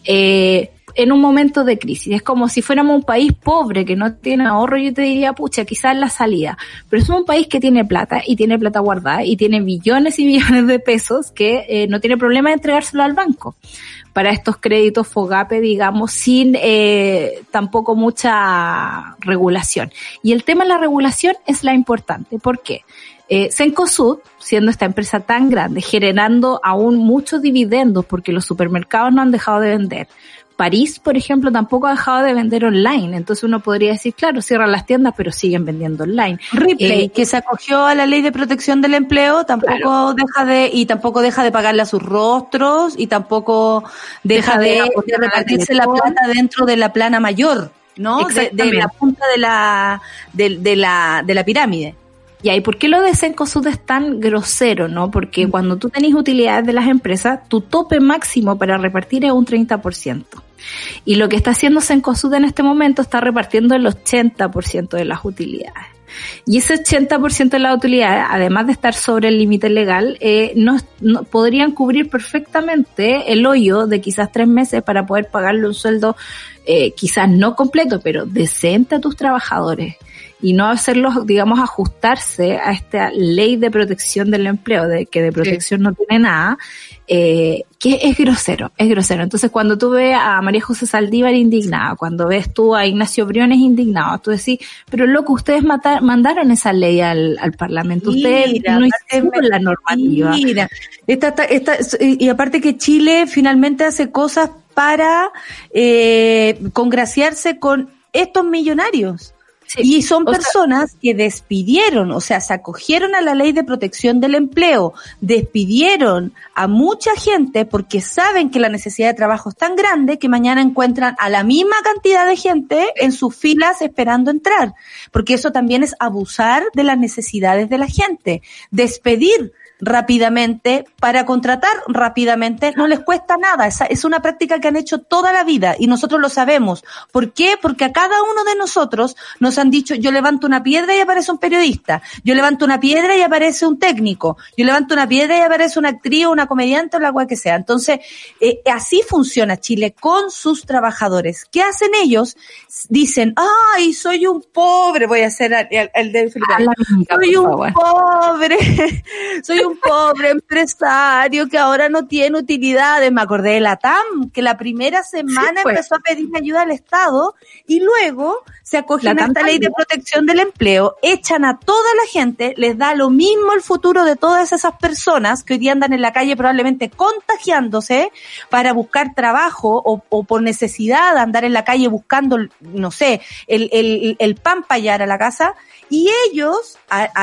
en un momento de crisis. Es como si fuéramos un país pobre que no tiene ahorro, yo te diría, pucha, quizás la salida. Pero es un país que tiene plata y tiene plata guardada y tiene billones y billones de pesos que no tiene problema de entregárselo al banco para estos créditos FOGAPE, digamos, sin tampoco mucha regulación. Y el tema de la regulación es la importante. ¿Por qué? Cencosud, siendo esta empresa tan grande, generando aún muchos dividendos porque los supermercados no han dejado de vender. París, por ejemplo, tampoco ha dejado de vender online. Entonces uno podría decir, claro, cierran las tiendas, pero siguen vendiendo online. Ripley, que se acogió a la ley de protección del empleo, tampoco deja de pagarle a sus rostros y tampoco deja de repartirse la plata dentro de la plana mayor, ¿no? De la punta de la pirámide. Ya, ¿y por qué lo de Cencosud es tan grosero, no? Porque cuando tú tenés utilidades de las empresas, tu tope máximo para repartir es un 30%. Y lo que está haciendo Cencosud en este momento está repartiendo el 80% de las utilidades. Y ese 80% de las utilidades, además de estar sobre el límite legal, no podrían cubrir perfectamente el hoyo de quizás 3 meses para poder pagarle un sueldo quizás no completo, pero decente a tus trabajadores. Y no hacerlos, digamos, ajustarse a esta ley de protección del empleo, de que de protección no tiene nada, que es grosero. Entonces, cuando tú ves a María José Saldívar indignada, cuando ves tú a Ignacio Briones indignado, tú decís, pero loco, ustedes mandaron esa ley al Parlamento, ustedes no hicieron la normativa. Mira, y aparte que Chile finalmente hace cosas para congraciarse con estos millonarios. Sí, y son personas que despidieron, o sea, se acogieron a la ley de protección del empleo, despidieron a mucha gente porque saben que la necesidad de trabajo es tan grande que mañana encuentran a la misma cantidad de gente en sus filas esperando entrar, porque eso también es abusar de las necesidades de la gente. Despedir rápidamente para contratar rápidamente no les cuesta nada, es una práctica que han hecho toda la vida y nosotros lo sabemos. ¿Por qué? Porque a cada uno de nosotros nos han dicho, yo levanto una piedra y aparece un periodista, yo levanto una piedra y aparece un técnico, yo levanto una piedra y aparece una actriz o una comediante o la cual que sea. Entonces, así funciona Chile con sus trabajadores. ¿Qué hacen ellos? Dicen, ay, soy un pobre, voy a hacer el de Felipe, soy un pobre empresario que ahora no tiene utilidades. Me acordé de la TAM, que la primera semana empezó a pedir ayuda al Estado y luego se acogen a esta ley de protección del empleo, echan a toda la gente, les da lo mismo el futuro de todas esas personas que hoy día andan en la calle probablemente contagiándose para buscar trabajo o por necesidad de andar en la calle buscando, no sé, el pan para llegar a la casa, y ellos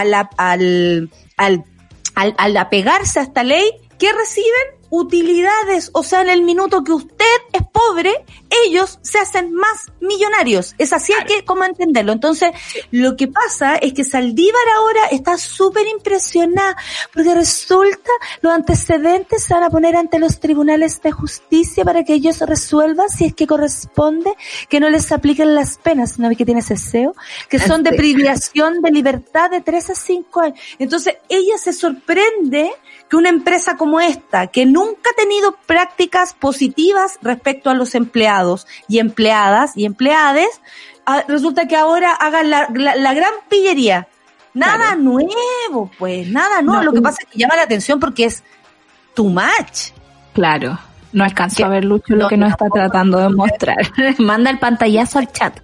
al apegarse a esta ley, ¿qué reciben? Utilidades, o sea, en el minuto que usted es pobre, ellos se hacen más millonarios. Es así, claro. Que, ¿cómo entenderlo? Entonces, lo que pasa es que Saldívar ahora está súper impresionada, porque resulta, los antecedentes se van a poner ante los tribunales de justicia para que ellos resuelvan si es que corresponde que no les apliquen las penas, ¿no ves que tiene ese SEO? Que son de privación de libertad de 3 a 5 años. Entonces, ella se sorprende que una empresa como esta, que nunca ha tenido prácticas positivas respecto a los empleados y empleadas y empleades, resulta que ahora hagan la gran pillería. Nada nuevo, pues, nada nuevo. Lo que pasa es que llama la atención porque es too much. Claro. No alcanzo a ver, Lucho, lo que nos está tratando de mostrar. Manda el pantallazo al chat.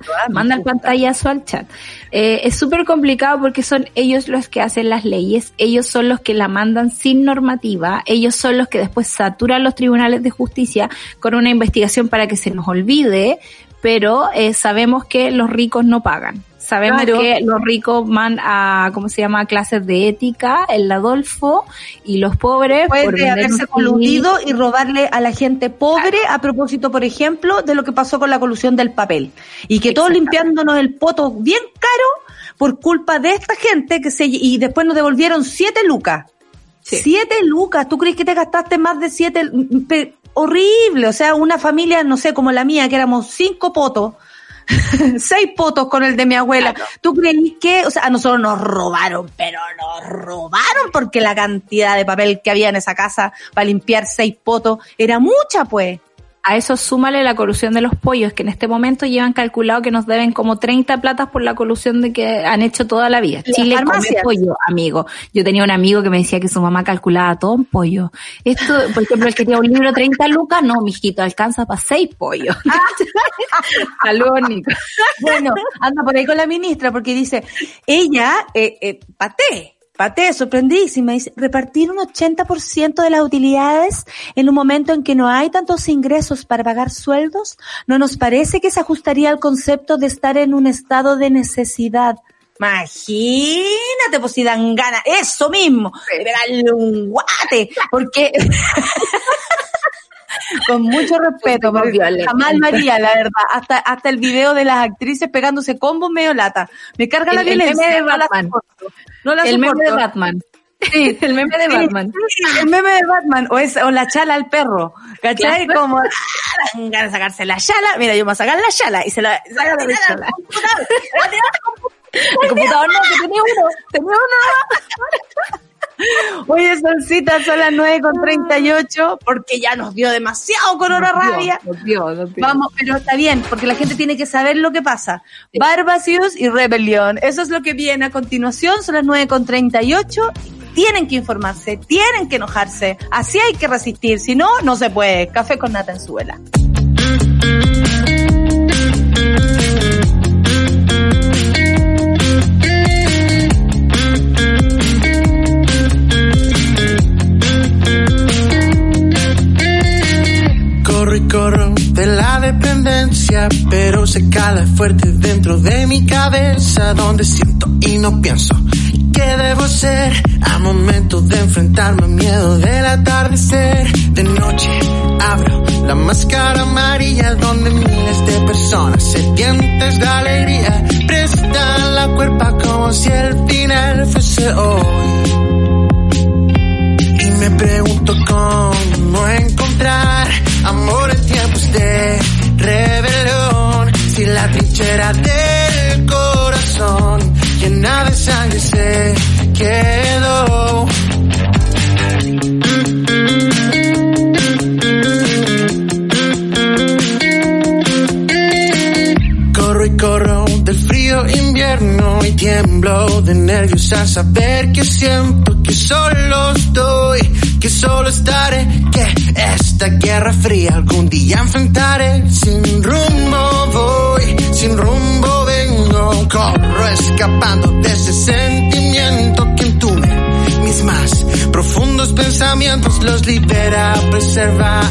Es súper complicado porque son ellos los que hacen las leyes, ellos son los que la mandan sin normativa, ellos son los que después saturan los tribunales de justicia con una investigación para que se nos olvide, pero sabemos que los ricos no pagan. Sabemos que los ricos van a, ¿cómo se llama?, clases de ética, el Adolfo, y los pobres puede haberse coludido y robarle a la gente pobre, a propósito, por ejemplo, de lo que pasó con la colusión del papel. Y que todos limpiándonos el poto bien caro por culpa de esta gente y después nos devolvieron 7 lucas. Sí. 7 lucas, ¿tú crees que te gastaste más de 7? Horrible, o sea, una familia, no sé, como la mía, que éramos 5 potos, 6 potos con el de mi abuela. Claro. ¿Tú creí que, o sea, a nosotros nos robaron, pero nos robaron porque la cantidad de papel que había en esa casa para limpiar 6 potos era mucha, pues? A eso súmale la colusión de los pollos, que en este momento llevan calculado que nos deben como 30 platas por la colusión de que han hecho toda la vida. Chile come pollo, amigo. Yo tenía un amigo que me decía que su mamá calculaba todo en pollo. Esto, por ejemplo, el que tenía un libro 30 lucas, no, mijito, alcanza para 6 pollos. Saludos, Nico. Bueno, anda por ahí con la ministra, porque dice, ella, sorprendidísima, dice, repartir un 80% de las utilidades en un momento en que no hay tantos ingresos para pagar sueldos, no nos parece que se ajustaría al concepto de estar en un estado de necesidad. Imagínate, pues si dan ganas, eso mismo, de pegarle un guate, porque... Con mucho respeto, porque jamás lo haría, la verdad. Hasta el video de las actrices pegándose combos medio lata. Me carga la violencia. El meme de Batman. El meme de Batman. Sí, el meme de Batman. El meme de Batman. O la chala al perro. ¿Cachai? Claro. Como, dan ganas de sacarse la chala. Mira, yo me voy a sacar la chala. Y se la saca de la chala. El computador no, que tenía uno. Oye, Solcita, son las 9:38, porque ya nos dio demasiado con hora rabia. Nos dio. Vamos, pero está bien, porque la gente tiene que saber lo que pasa. Sí. Barbacius y rebelión. Eso es lo que viene a continuación, son las 9:38. Tienen que informarse, tienen que enojarse. Así hay que resistir, si no, no se puede. Café con nata en suela. Corro de la dependencia, pero se cala fuerte dentro de mi cabeza, donde siento y no pienso qué debo ser al momento de enfrentarme al miedo del atardecer. De noche abro la máscara amarilla, donde miles de personas sedientas de alegría prestan la cuerpa como si el final fuese hoy. Y me pregunto cómo encontrar amor en tiempos de rebelión, si la trinchera del corazón llena de sangre se quedó. Corro del frío invierno y tiemblo de nervios al saber que siento que solo estoy, que solo estaré, que esta guerra fría algún día enfrentaré. Sin rumbo voy, sin rumbo vengo, corro escapando de ese sentimiento que entume mis más profundos pensamientos, los libera, preserva.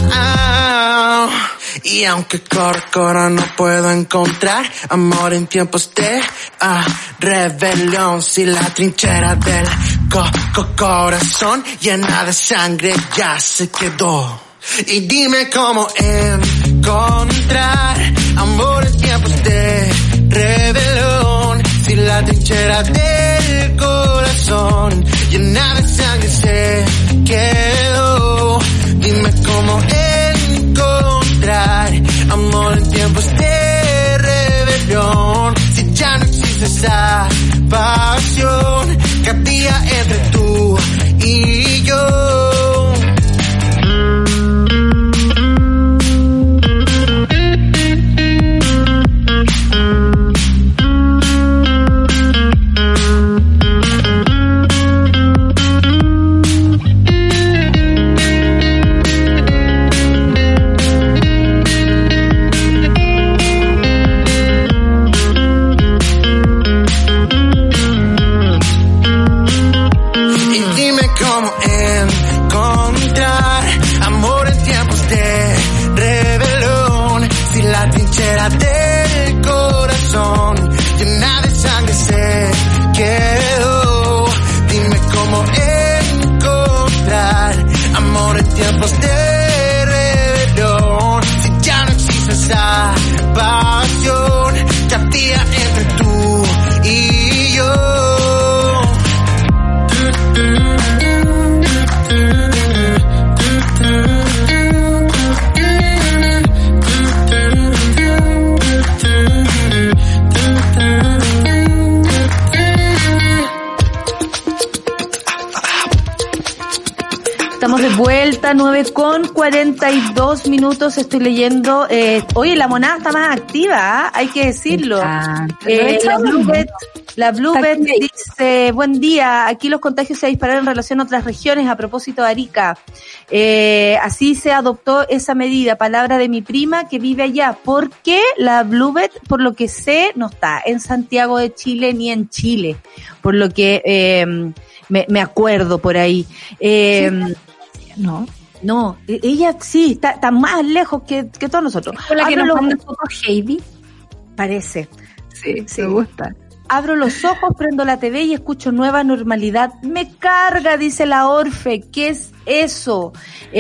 Y aunque corro no puedo encontrar amor en tiempos de rebelión, si la trinchera del corazón llena de sangre ya se quedó. Y dime cómo encontrar amor en tiempos de rebelión, si la trinchera del corazón llena de sangre se quedó. Dime cómo encontrar amor en tiempos de rebelión, si ya no existe esa pasión que había entre tú y yo. Del corazón llena de sangre se quedó. Dime cómo encontrar amor en tiempos de rebelión, si ya no existe esa pasión que había entre tú y yo. Estamos de vuelta, 9:42. Estoy leyendo. Oye, la monada está más activa, ¿eh? Hay que decirlo. La Bluebet dice: buen día, aquí los contagios se dispararon en relación a otras regiones a propósito de Arica. Así se adoptó esa medida. Palabra de mi prima que vive allá. Porque la Bluebet, por lo que sé, no está en Santiago de Chile ni en Chile. Por lo que me acuerdo por ahí. No, ella sí, está más lejos que todos nosotros. ¿La que nos manda fotos Heidi? Parece. Sí, me gusta. Abro los ojos, prendo la TV y escucho nueva normalidad. Me carga, dice la Orfe. ¿Qué es eso?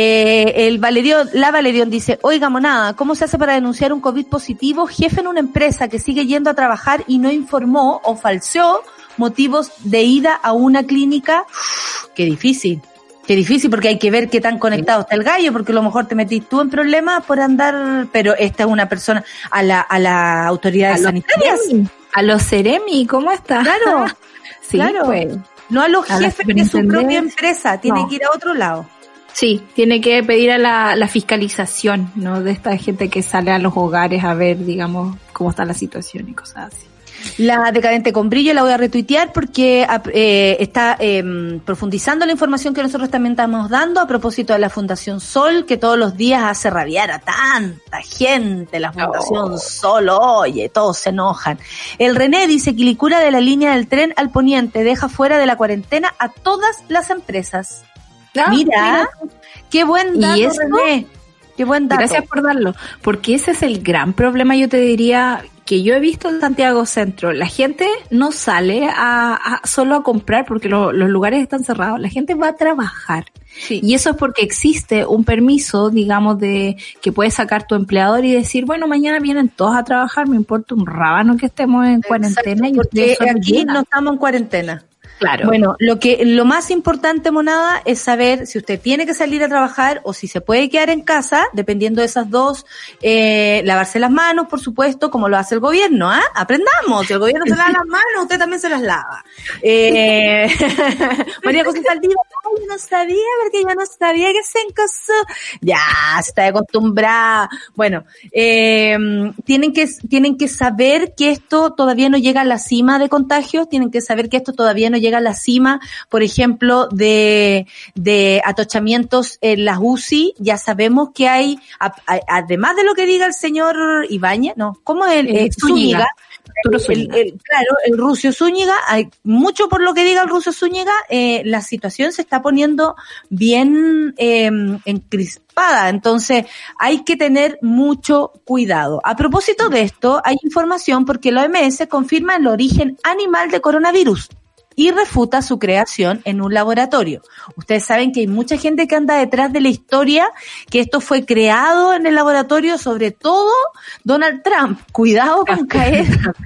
La Valerión dice: oiga, monada, ¿cómo se hace para denunciar un COVID positivo? Jefe en una empresa que sigue yendo a trabajar y no informó o falseó motivos de ida a una clínica. Qué difícil porque hay que ver qué tan conectado está el gallo, porque a lo mejor te metís tú en problemas por andar, pero esta es una persona a las autoridades sanitarias. A los Ceremi, ¿cómo está? Claro, sí, claro. Pues. No a los A la jefes de su propia superintendencia. empresa, tiene No. que ir a otro lado. Sí, tiene que pedir a la fiscalización, ¿no? De esta gente que sale a los hogares a ver, digamos, cómo está la situación y cosas así. La decadente con brillo la voy a retuitear porque está profundizando la información que nosotros también estamos dando a propósito de la Fundación Sol, que todos los días hace rabiar a tanta gente. La Fundación Sol, oye, todos se enojan. El René dice: Quilicura de la línea del tren al poniente deja fuera de la cuarentena a todas las empresas. Mira, qué buen dato, ¿Y eso? René. Qué buen dato. Gracias por darlo, porque ese es el gran problema, yo te diría, que yo he visto en Santiago Centro. La gente no sale solo a comprar porque los lugares están cerrados. La gente va a trabajar. Sí. Y eso es porque existe un permiso, digamos, de que puedes sacar tu empleador y decir, bueno, mañana vienen todos a trabajar, me importa un rábano que estemos en cuarentena. Exacto, Y porque ustedes aquí llenan. no estamos en cuarentena. Claro. Bueno, lo más importante, monada, es saber si usted tiene que salir a trabajar o si se puede quedar en casa, dependiendo de esas dos, lavarse las manos, por supuesto, como lo hace el gobierno, ¿ah? Aprendamos, si el gobierno se lava las manos, usted también se las lava. María José Saldívar, ay, no sabía, porque yo no sabía que se encosó. Ya, se está acostumbrada. Bueno, tienen que saber que esto todavía no llega a la cima de contagios, tienen que saber que esto todavía no llega a la cima, por ejemplo, de atochamientos en las UCI. Ya sabemos que hay, además de lo que diga el señor Ibáñez, no, ¿cómo es? Zúñiga. Claro, el Rucio Zúñiga, hay mucho por lo que diga el Rucio Zúñiga, la situación se está poniendo bien encrispada, entonces hay que tener mucho cuidado. A propósito de esto, hay información porque la OMS confirma el origen animal de coronavirus y refuta su creación en un laboratorio. Ustedes saben que hay mucha gente que anda detrás de la historia, que esto fue creado en el laboratorio, sobre todo Donald Trump. Cuidado con caer.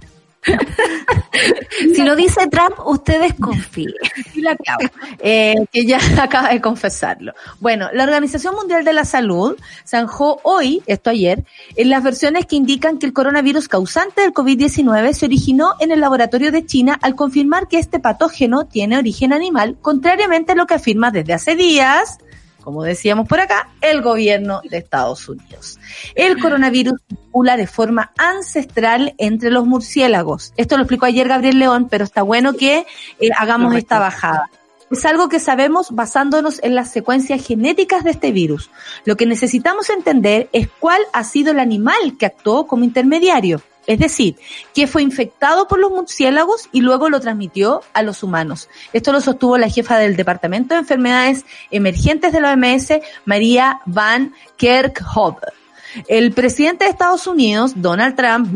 Si lo dice Trump, ustedes confíen. Y la acabo, que ya acaba de confesarlo. Bueno, la Organización Mundial de la Salud zanjó hoy, esto ayer, en las versiones que indican que el coronavirus causante del COVID-19 se originó en el laboratorio de China al confirmar que este patógeno tiene origen animal, contrariamente a lo que afirma desde hace días, como decíamos por acá, el gobierno de Estados Unidos. El coronavirus circula de forma ancestral entre los murciélagos. Esto lo explicó ayer Gabriel León, pero está bueno que hagamos esta bajada. Es algo que sabemos basándonos en las secuencias genéticas de este virus. Lo que necesitamos entender es cuál ha sido el animal que actuó como intermediario. Es decir, que fue infectado por los murciélagos y luego lo transmitió a los humanos. Esto lo sostuvo la jefa del Departamento de Enfermedades Emergentes de la OMS, María Van Kerkhove. El presidente de Estados Unidos, Donald Trump,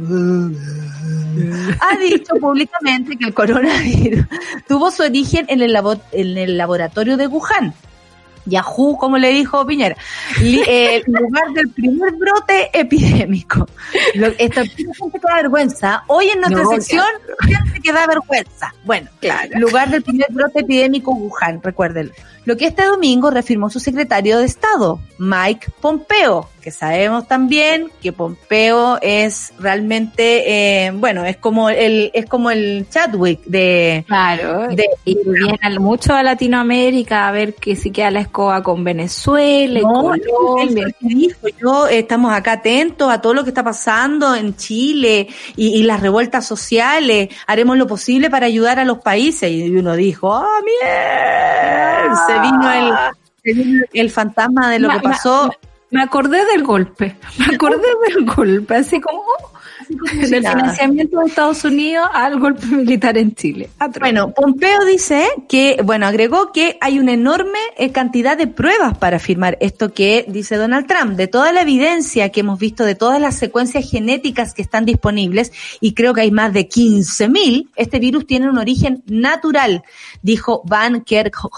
ha dicho públicamente que el coronavirus tuvo su origen en el laboratorio de Wuhan. Yahoo, como le dijo Piñera, lugar del primer brote epidémico. Esto gente que da vergüenza. Hoy en nuestra sección, gente que da vergüenza. Bueno, claro. Lugar del primer brote epidémico Wuhan, recuérdenlo. Lo que este domingo reafirmó su secretario de Estado, Mike Pompeo, que sabemos también que Pompeo es realmente, es como el Chadwick de... Claro, y viene mucho a Latinoamérica a ver que si queda la escoba con Venezuela y Colombia. Estamos acá atentos a todo lo que está pasando en Chile y las revueltas sociales. Haremos lo posible para ayudar a los países. Y uno dijo, miel! Se vino el fantasma de lo que pasó. Me acordé del golpe, así como del financiamiento de Estados Unidos al golpe militar en Chile. Bueno, Pompeo dice que, agregó que hay una enorme cantidad de pruebas para afirmar esto que dice Donald Trump, de toda la evidencia que hemos visto, de todas las secuencias genéticas que están disponibles, y creo que hay más de 15.000, este virus tiene un origen natural, dijo Van Kerkhove.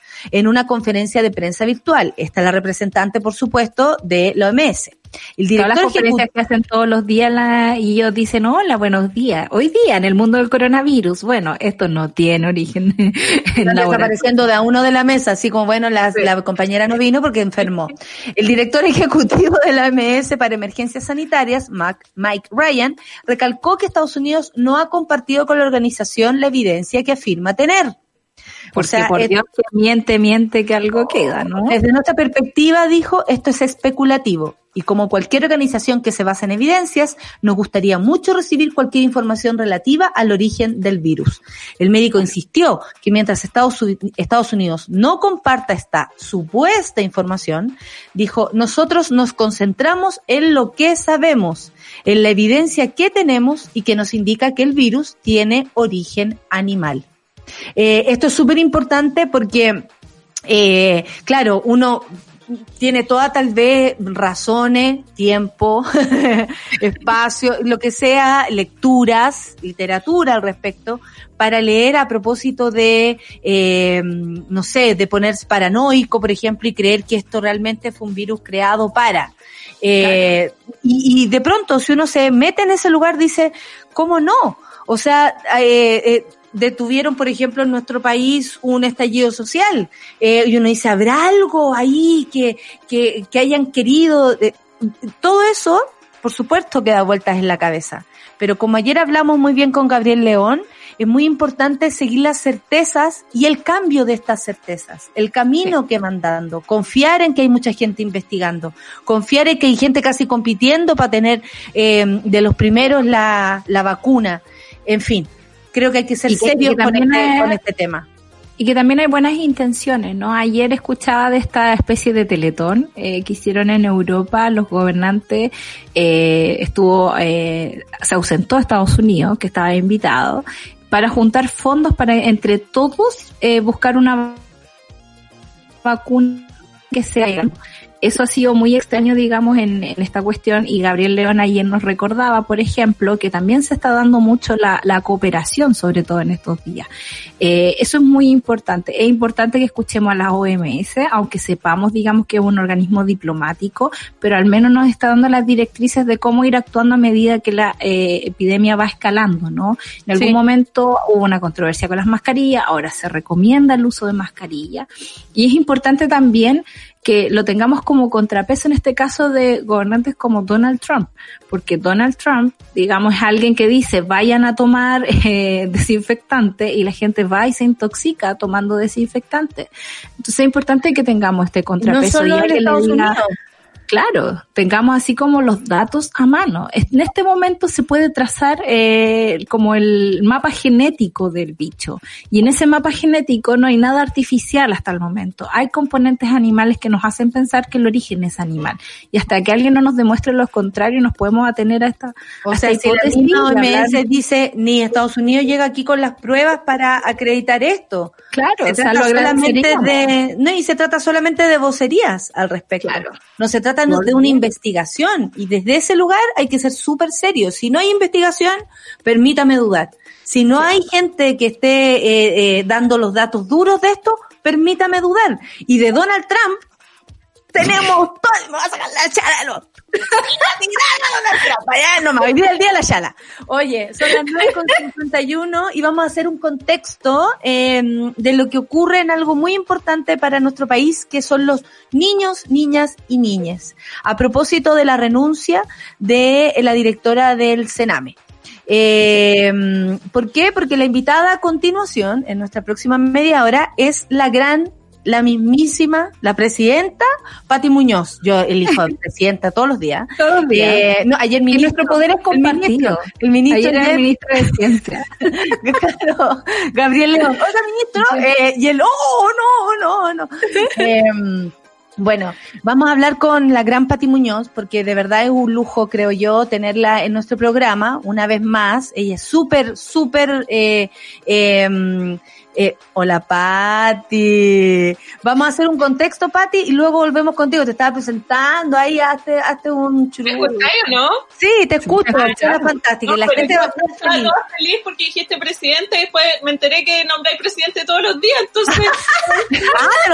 en una conferencia de prensa virtual. Esta es la representante, por supuesto, de la OMS. El Todas las conferencias que hacen todos los días y ellos dicen, hola, buenos días. Hoy día, en el mundo del coronavirus, bueno, esto no tiene origen en están la desapareciendo de a uno de la mesa, así como, bueno, la compañera no vino porque enfermó. El director ejecutivo de la OMS para emergencias sanitarias, Mike Ryan, recalcó que Estados Unidos no ha compartido con la organización la evidencia que afirma tener. Porque por Dios que miente que algo queda, ¿no? Desde nuestra perspectiva, dijo, esto es especulativo. Y como cualquier organización que se basa en evidencias, nos gustaría mucho recibir cualquier información relativa al origen del virus. El médico insistió que mientras Estados Unidos no comparta esta supuesta información, dijo, nosotros nos concentramos en lo que sabemos, en la evidencia que tenemos y que nos indica que el virus tiene origen animal. Esto es súper importante porque, claro, uno tiene toda tal vez razones, tiempo, espacio, lo que sea, lecturas, literatura al respecto, para leer a propósito de, no sé, de ponerse paranoico, por ejemplo, y creer que esto realmente fue un virus creado para. Claro. Y de pronto, si uno se mete en ese lugar, dice, ¿cómo no? O sea, detuvieron, por ejemplo, en nuestro país un estallido social, y uno dice, ¿habrá algo ahí que hayan querido? Todo eso, por supuesto, que da vueltas en la cabeza. Pero como ayer hablamos muy bien con Gabriel León, es muy importante seguir las certezas y el cambio de estas certezas, el camino que van dando, confiar en que hay mucha gente investigando, confiar en que hay gente casi compitiendo para tener de los primeros la vacuna, en fin. Creo que hay que ser serios con este tema. Y que también hay buenas intenciones, ¿no? Ayer escuchaba de esta especie de teletón que hicieron en Europa los gobernantes, se ausentó a Estados Unidos, que estaba invitado, para juntar fondos para entre todos buscar una vacuna que sea. Eso ha sido muy extraño, digamos, en esta cuestión, y Gabriel León ayer nos recordaba, por ejemplo, que también se está dando mucho la cooperación, sobre todo en estos días. Eso es muy importante. Es importante que escuchemos a la OMS, aunque sepamos, digamos, que es un organismo diplomático, pero al menos nos está dando las directrices de cómo ir actuando a medida que la epidemia va escalando, ¿no? En algún momento hubo una controversia con las mascarillas, ahora se recomienda el uso de mascarilla, y es importante también que lo tengamos como contrapeso en este caso de gobernantes como Donald Trump, porque Donald Trump, digamos, es alguien que dice vayan a tomar desinfectante y la gente va y se intoxica tomando desinfectante. Entonces es importante que tengamos este contrapeso. No solo en Estados Unidos. Claro, tengamos así como los datos a mano. En este momento se puede trazar como el mapa genético del bicho. Y en ese mapa genético no hay nada artificial hasta el momento. Hay componentes animales que nos hacen pensar que el origen es animal. Y hasta que alguien no nos demuestre lo contrario, nos podemos atener a esta hipótesis. Si la OMS dice, ni Estados Unidos llega aquí con las pruebas para acreditar esto. Claro, se trata solamente de vocerías al respecto. Claro. No se trata de una investigación, y desde ese lugar hay que ser súper serios. Si no hay investigación, permítame dudar. Si no hay gente que esté dando los datos duros de esto, permítame dudar. Y de Donald Trump tenemos todo. Me va a sacar la chala, no. Hoy día el día de la chala. Oye, son las 9:51 y vamos a hacer un contexto de lo que ocurre en algo muy importante para nuestro país, que son los niños, niñas y niñes. A propósito de la renuncia de la directora del Sename. ¿Por qué? Porque la invitada a continuación, en nuestra próxima media hora, es la mismísima, la presidenta Pati Muñoz. Yo elijo presidenta todos los días. Todos los días. Ayer nuestro poder es compartido. El ministro era el ministro de Ciencia. Claro, Gabriel León. Oiga, ministro. Y él, no. Bueno, vamos a hablar con la gran Pati Muñoz, porque de verdad es un lujo, creo yo, tenerla en nuestro programa una vez más. Ella es súper, hola Pati. Vamos a hacer un contexto, Pati, y luego volvemos contigo. Te estaba presentando ahí, hazte un churro. ¿Me escucháis o no? Sí, te escucho, es fantástico. No, la gente va a estar feliz. Estaba feliz porque dijiste presidente y después me enteré que nombráis presidente todos los días, entonces...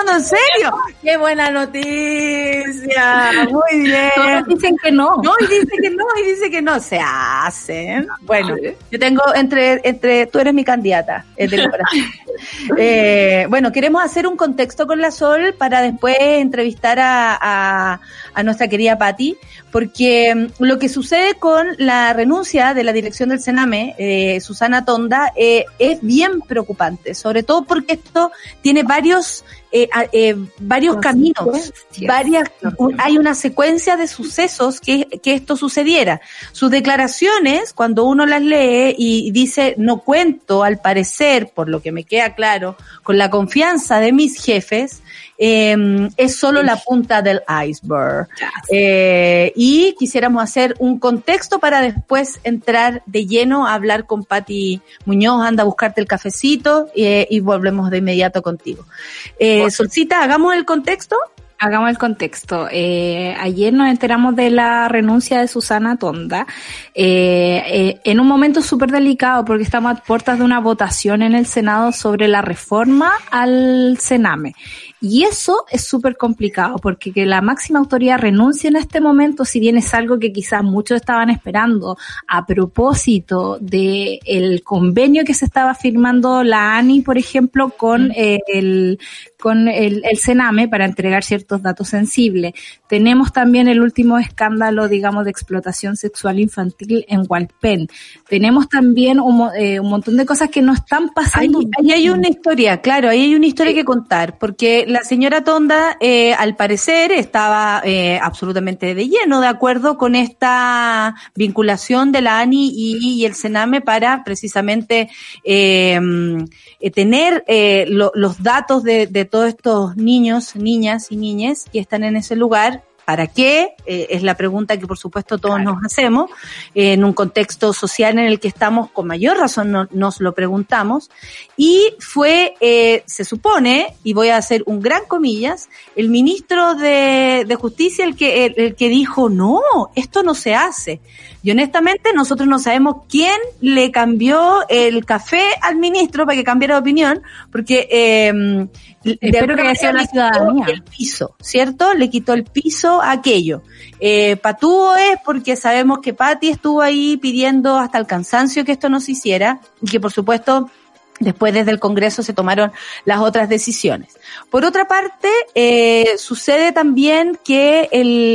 tomando en serio. ¡Qué buena noticia! Muy bien. Todos dicen que no. No, y dice que no. Se hacen. Bueno, yo tengo entre tú eres mi candidata del corazón. Bueno, queremos hacer un contexto con la Sol para después entrevistar a nuestra querida Patti, porque lo que sucede con la renuncia de la dirección del Sename, Susana Tonda, es bien preocupante, sobre todo porque esto tiene varios caminos, hay una secuencia de sucesos que esto sucediera. Sus declaraciones, cuando uno las lee y dice, no cuento, al parecer, por lo que me queda claro, con la confianza de mis jefes, es solo la punta del iceberg. Y quisiéramos hacer un contexto para después entrar de lleno a hablar con Patti Muñoz. Anda a buscarte el cafecito y volvemos de inmediato contigo. Solcita, ¿hagamos el contexto? Hagamos el contexto. Ayer nos enteramos de la renuncia de Susana Tonda, en un momento súper delicado porque estamos a puertas de una votación en el Senado sobre la reforma al Sename. Y eso es súper complicado porque que la máxima autoridad renuncie en este momento, si bien es algo que quizás muchos estaban esperando a propósito de el convenio que se estaba firmando la ANI, por ejemplo, con el Sename para entregar ciertos datos sensibles. Tenemos también el último escándalo, digamos, de explotación sexual infantil en Hualpén. Tenemos también un montón de cosas que no están pasando. Ahí hay una historia, claro, ahí hay una historia que contar, porque la señora Tonda, al parecer, estaba absolutamente de lleno de acuerdo con esta vinculación de la ANI y el Sename para precisamente tener los datos de todos estos niños, niñas y niñas que están en ese lugar. ¿Para qué? Es la pregunta que por supuesto todos nos hacemos, en un contexto social en el que estamos, con mayor razón nos lo preguntamos, y fue, se supone, y voy a hacer un gran comillas, el ministro de Justicia el que dijo, no, esto no se hace. Y honestamente nosotros no sabemos quién le cambió el café al ministro para que cambiara de opinión, porque espero que haya sido la ciudadanía. El piso, ¿cierto? Le quitó el piso a aquello. Patúo es porque sabemos que Patti estuvo ahí pidiendo hasta el cansancio que esto no se hiciera y que por supuesto después desde el Congreso se tomaron las otras decisiones. Por otra parte, sucede también que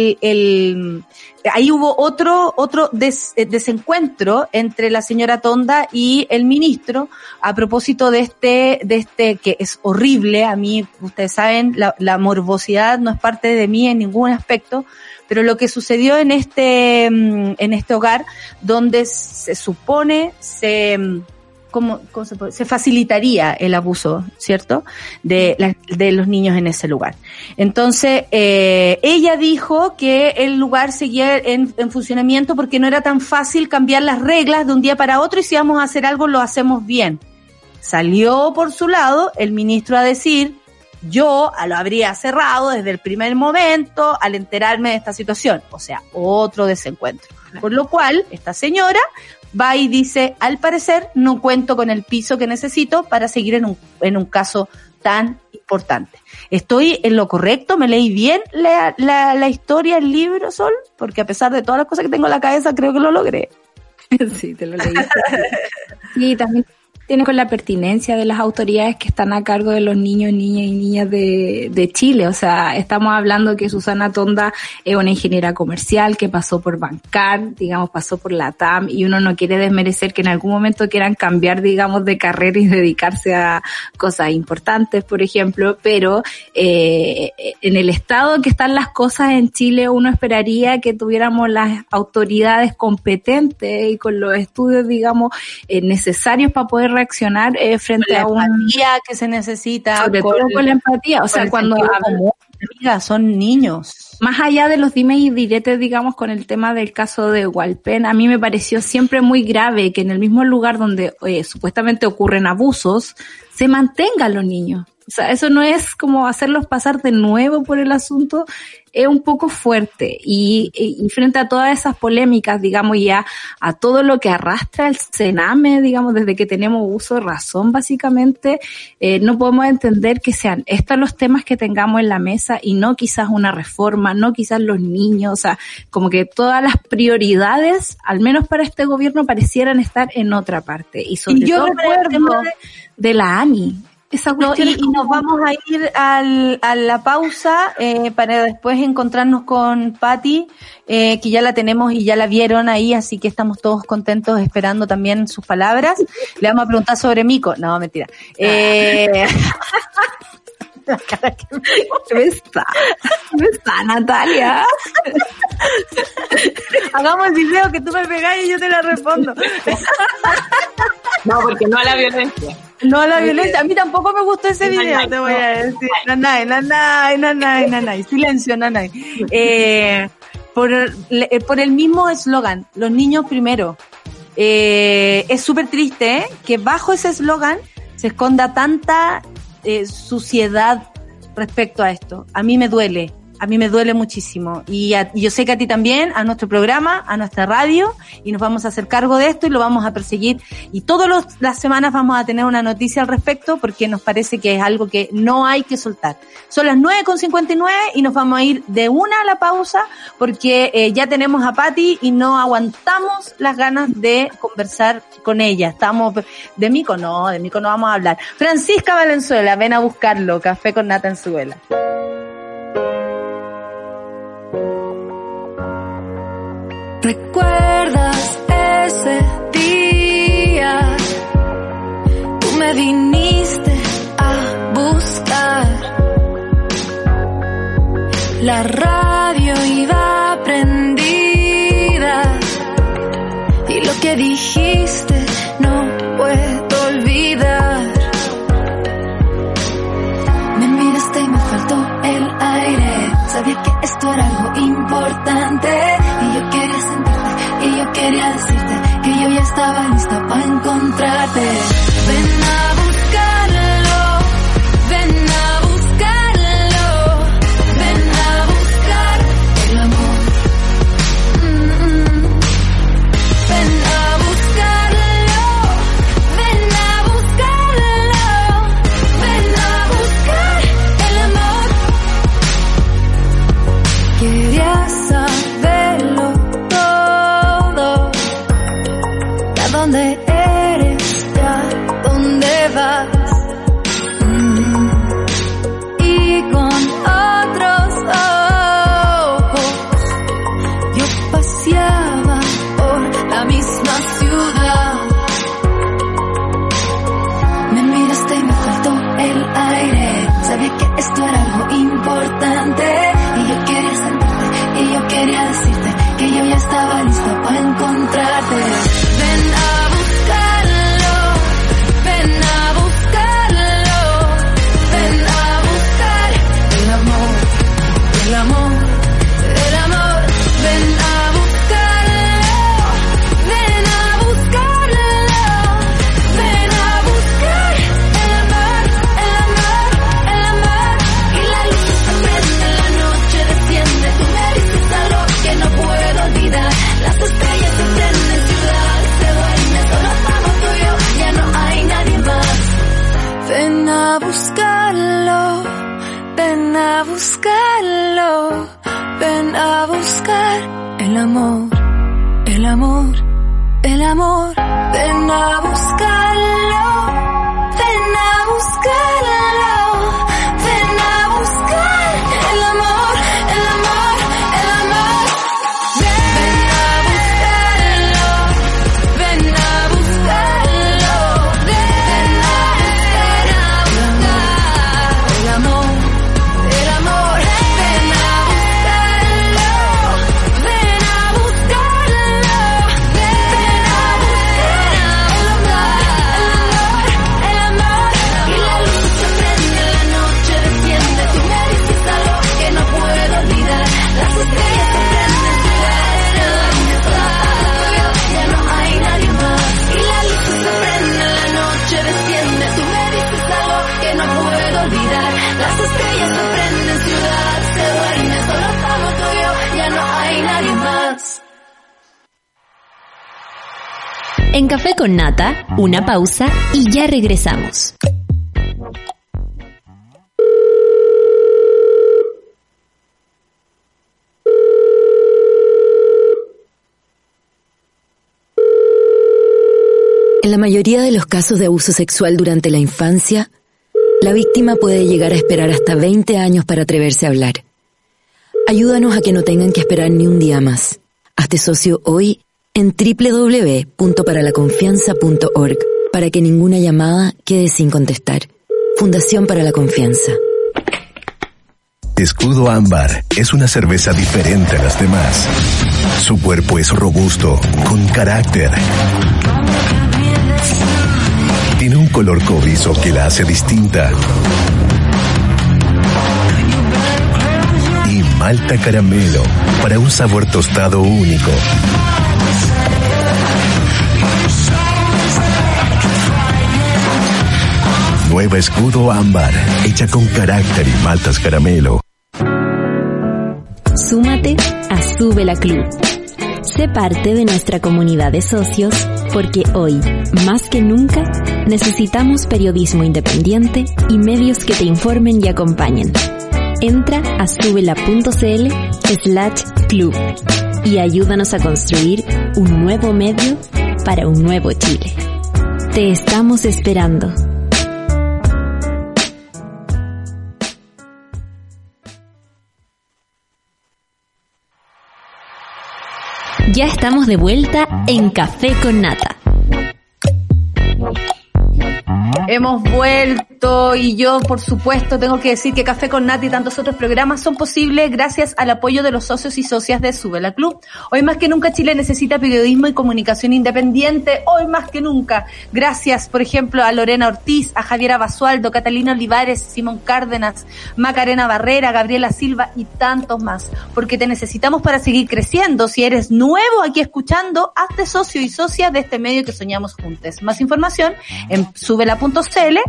ahí hubo otro desencuentro entre la señora Tonda y el ministro a propósito de este que es horrible. A mí, ustedes saben, la morbosidad no es parte de mí en ningún aspecto, pero lo que sucedió en este hogar donde se supone ¿cómo se puede? Se facilitaría el abuso, ¿cierto? De los niños en ese lugar. Entonces, ella dijo que el lugar seguía en funcionamiento porque no era tan fácil cambiar las reglas de un día para otro y si vamos a hacer algo lo hacemos bien. Salió por su lado el ministro a decir, yo lo habría cerrado desde el primer momento al enterarme de esta situación. O sea, otro desencuentro. Por lo cual, esta señora va y dice, al parecer no cuento con el piso que necesito para seguir en un caso tan importante. ¿Estoy en lo correcto? ¿Me leí bien la historia, el libro, Sol? Porque a pesar de todas las cosas que tengo en la cabeza, creo que lo logré. Sí, te lo leí. Sí, también tiene con la pertinencia de las autoridades que están a cargo de los niños, niñas y niñas de Chile. O sea, estamos hablando que Susana Tonda es una ingeniera comercial que pasó por Bancar, digamos, pasó por la TAM, y uno no quiere desmerecer que en algún momento quieran cambiar, digamos, de carrera y dedicarse a cosas importantes, por ejemplo, pero en el estado que están las cosas en Chile, uno esperaría que tuviéramos las autoridades competentes y con los estudios, digamos, necesarios para poder reaccionar frente a la empatía que se necesita, sobre todo con la empatía, o sea, cuando amiga, son niños. Más allá de los dimes y diretes, digamos, con el tema del caso de Hualpén, a mí me pareció siempre muy grave que en el mismo lugar donde supuestamente ocurren abusos, se mantengan los niños. O sea, eso no es como hacerlos pasar de nuevo por el asunto, es un poco fuerte. Y frente a todas esas polémicas, digamos, ya a todo lo que arrastra el Sename, digamos, desde que tenemos uso de razón, básicamente, no podemos entender que sean estos los temas que tengamos en la mesa y no quizás una reforma, no quizás los niños, o sea, como que todas las prioridades, al menos para este gobierno, parecieran estar en otra parte. Y sobre yo todo recuerdo el tema de la ANI. Esa cuestión y nos vamos a ir a la pausa para después encontrarnos con Patti, que ya la tenemos y ya la vieron ahí, así que estamos todos contentos esperando también sus palabras. Le vamos a preguntar sobre Mico. No, mentira. La cara que me está, Natalia. Hagamos el video que tú me pegás y yo te la respondo. No, porque no a la violencia. No a la violencia. A mí tampoco me gustó ese video, te voy a decir. Nanay. Silencio, Nanay. Por el mismo eslogan, los niños primero. Es súper triste, que bajo ese eslogan se esconda tanta suciedad respecto a esto. A mí me duele muchísimo. Y yo sé que a ti también, a nuestro programa, a nuestra radio, y nos vamos a hacer cargo de esto y lo vamos a perseguir. Y todas las semanas vamos a tener una noticia al respecto porque nos parece que es algo que no hay que soltar. Son las 9:59 y nos vamos a ir de una a la pausa porque ya tenemos a Patti y no aguantamos las ganas de conversar con ella. Estamos de Mico no vamos a hablar. Francisca Valenzuela, ven a buscarlo, Café con Nata en Suela. ¿Recuerdas ese día? Tú me viniste a buscar. La radio iba prendida y lo que dijiste no puedo olvidar. Me miraste y me faltó el aire. Sabía que esto era algo importante y yo quería sentirte y yo quería decirte que yo ya estaba lista para encontrarte. Ven a buscarlo, ven a buscarlo, ven a buscar el amor. Ven a buscarlo, ven a buscarlo, ven a buscar el amor. Quería saberlo todo, de dónde eres, de a dónde vas. Y con otros ojos yo paseaba por la misma ciudad. Me miraste y me faltó el aire. Sabía que esto era algo importante y yo quería sentirte y yo quería decirte que yo ya estaba lista para encontrarte. Ven a buscarlo, ven a buscarlo, ven a buscar el amor, el amor, el amor. Ven a buscarlo, ven a buscarlo, ven a buscar el amor, el amor, el amor. Y la luz se prende, la noche desciende, tú me dices algo que no puedo olvidar. Las estrellas se prenden, ciudad se duerme, solo estamos tú y yo, ya no hay nadie más. Ven a buscarlo, ven a buscarlo, ven a buscar el amor, el amor, el amor. Ven a buscarlo, ven a buscarlo, ven a buscar el amor, el amor, el amor. Ven a buscarlo, ven a buscarlo, ven a buscar el amor, el amor. Ven a buscarlo, ven a buscarlo, ven a buscar el amor. bailar. Las estrellas se prenden, ciudad se duerme, solo estamos tú y yo, ya no hay nadie más. En Café con Nata, una pausa y ya regresamos. En la mayoría de los casos de abuso sexual durante la infancia, la víctima puede llegar a esperar hasta 20 años para atreverse a hablar. Ayúdanos a que no tengan que esperar ni un día más. Hazte socio hoy en www.paralaconfianza.org para que ninguna llamada quede sin contestar. Fundación para la Confianza. Escudo Ámbar es una cerveza diferente a las demás. Su cuerpo es robusto, con carácter. Tiene un color cobrizo que la hace distinta. Y malta caramelo para un sabor tostado único. Nueva Escudo Ámbar, hecha con carácter y maltas caramelo. Súmate a Sube la Club. Sé parte de nuestra comunidad de socios porque hoy, más que nunca, necesitamos periodismo independiente y medios que te informen y acompañen. Entra a subela.cl/club y ayúdanos a construir un nuevo medio para un nuevo Chile. Te estamos esperando. Ya estamos de vuelta en Café con Nata. Hemos vuelto y yo, por supuesto, tengo que decir que Café con Nata y tantos otros programas son posibles gracias al apoyo de los socios y socias de Sube la Club. Hoy más que nunca Chile necesita periodismo y comunicación independiente. Hoy más que nunca. Gracias, por ejemplo, a Lorena Ortiz, a Javiera Basualdo, Catalina Olivares, Simón Cárdenas, Macarena Barrera, Gabriela Silva y tantos más. Porque te necesitamos para seguir creciendo. Si eres nuevo aquí escuchando, hazte socio y socia de este medio que soñamos juntos. Más información en subela.cl/club.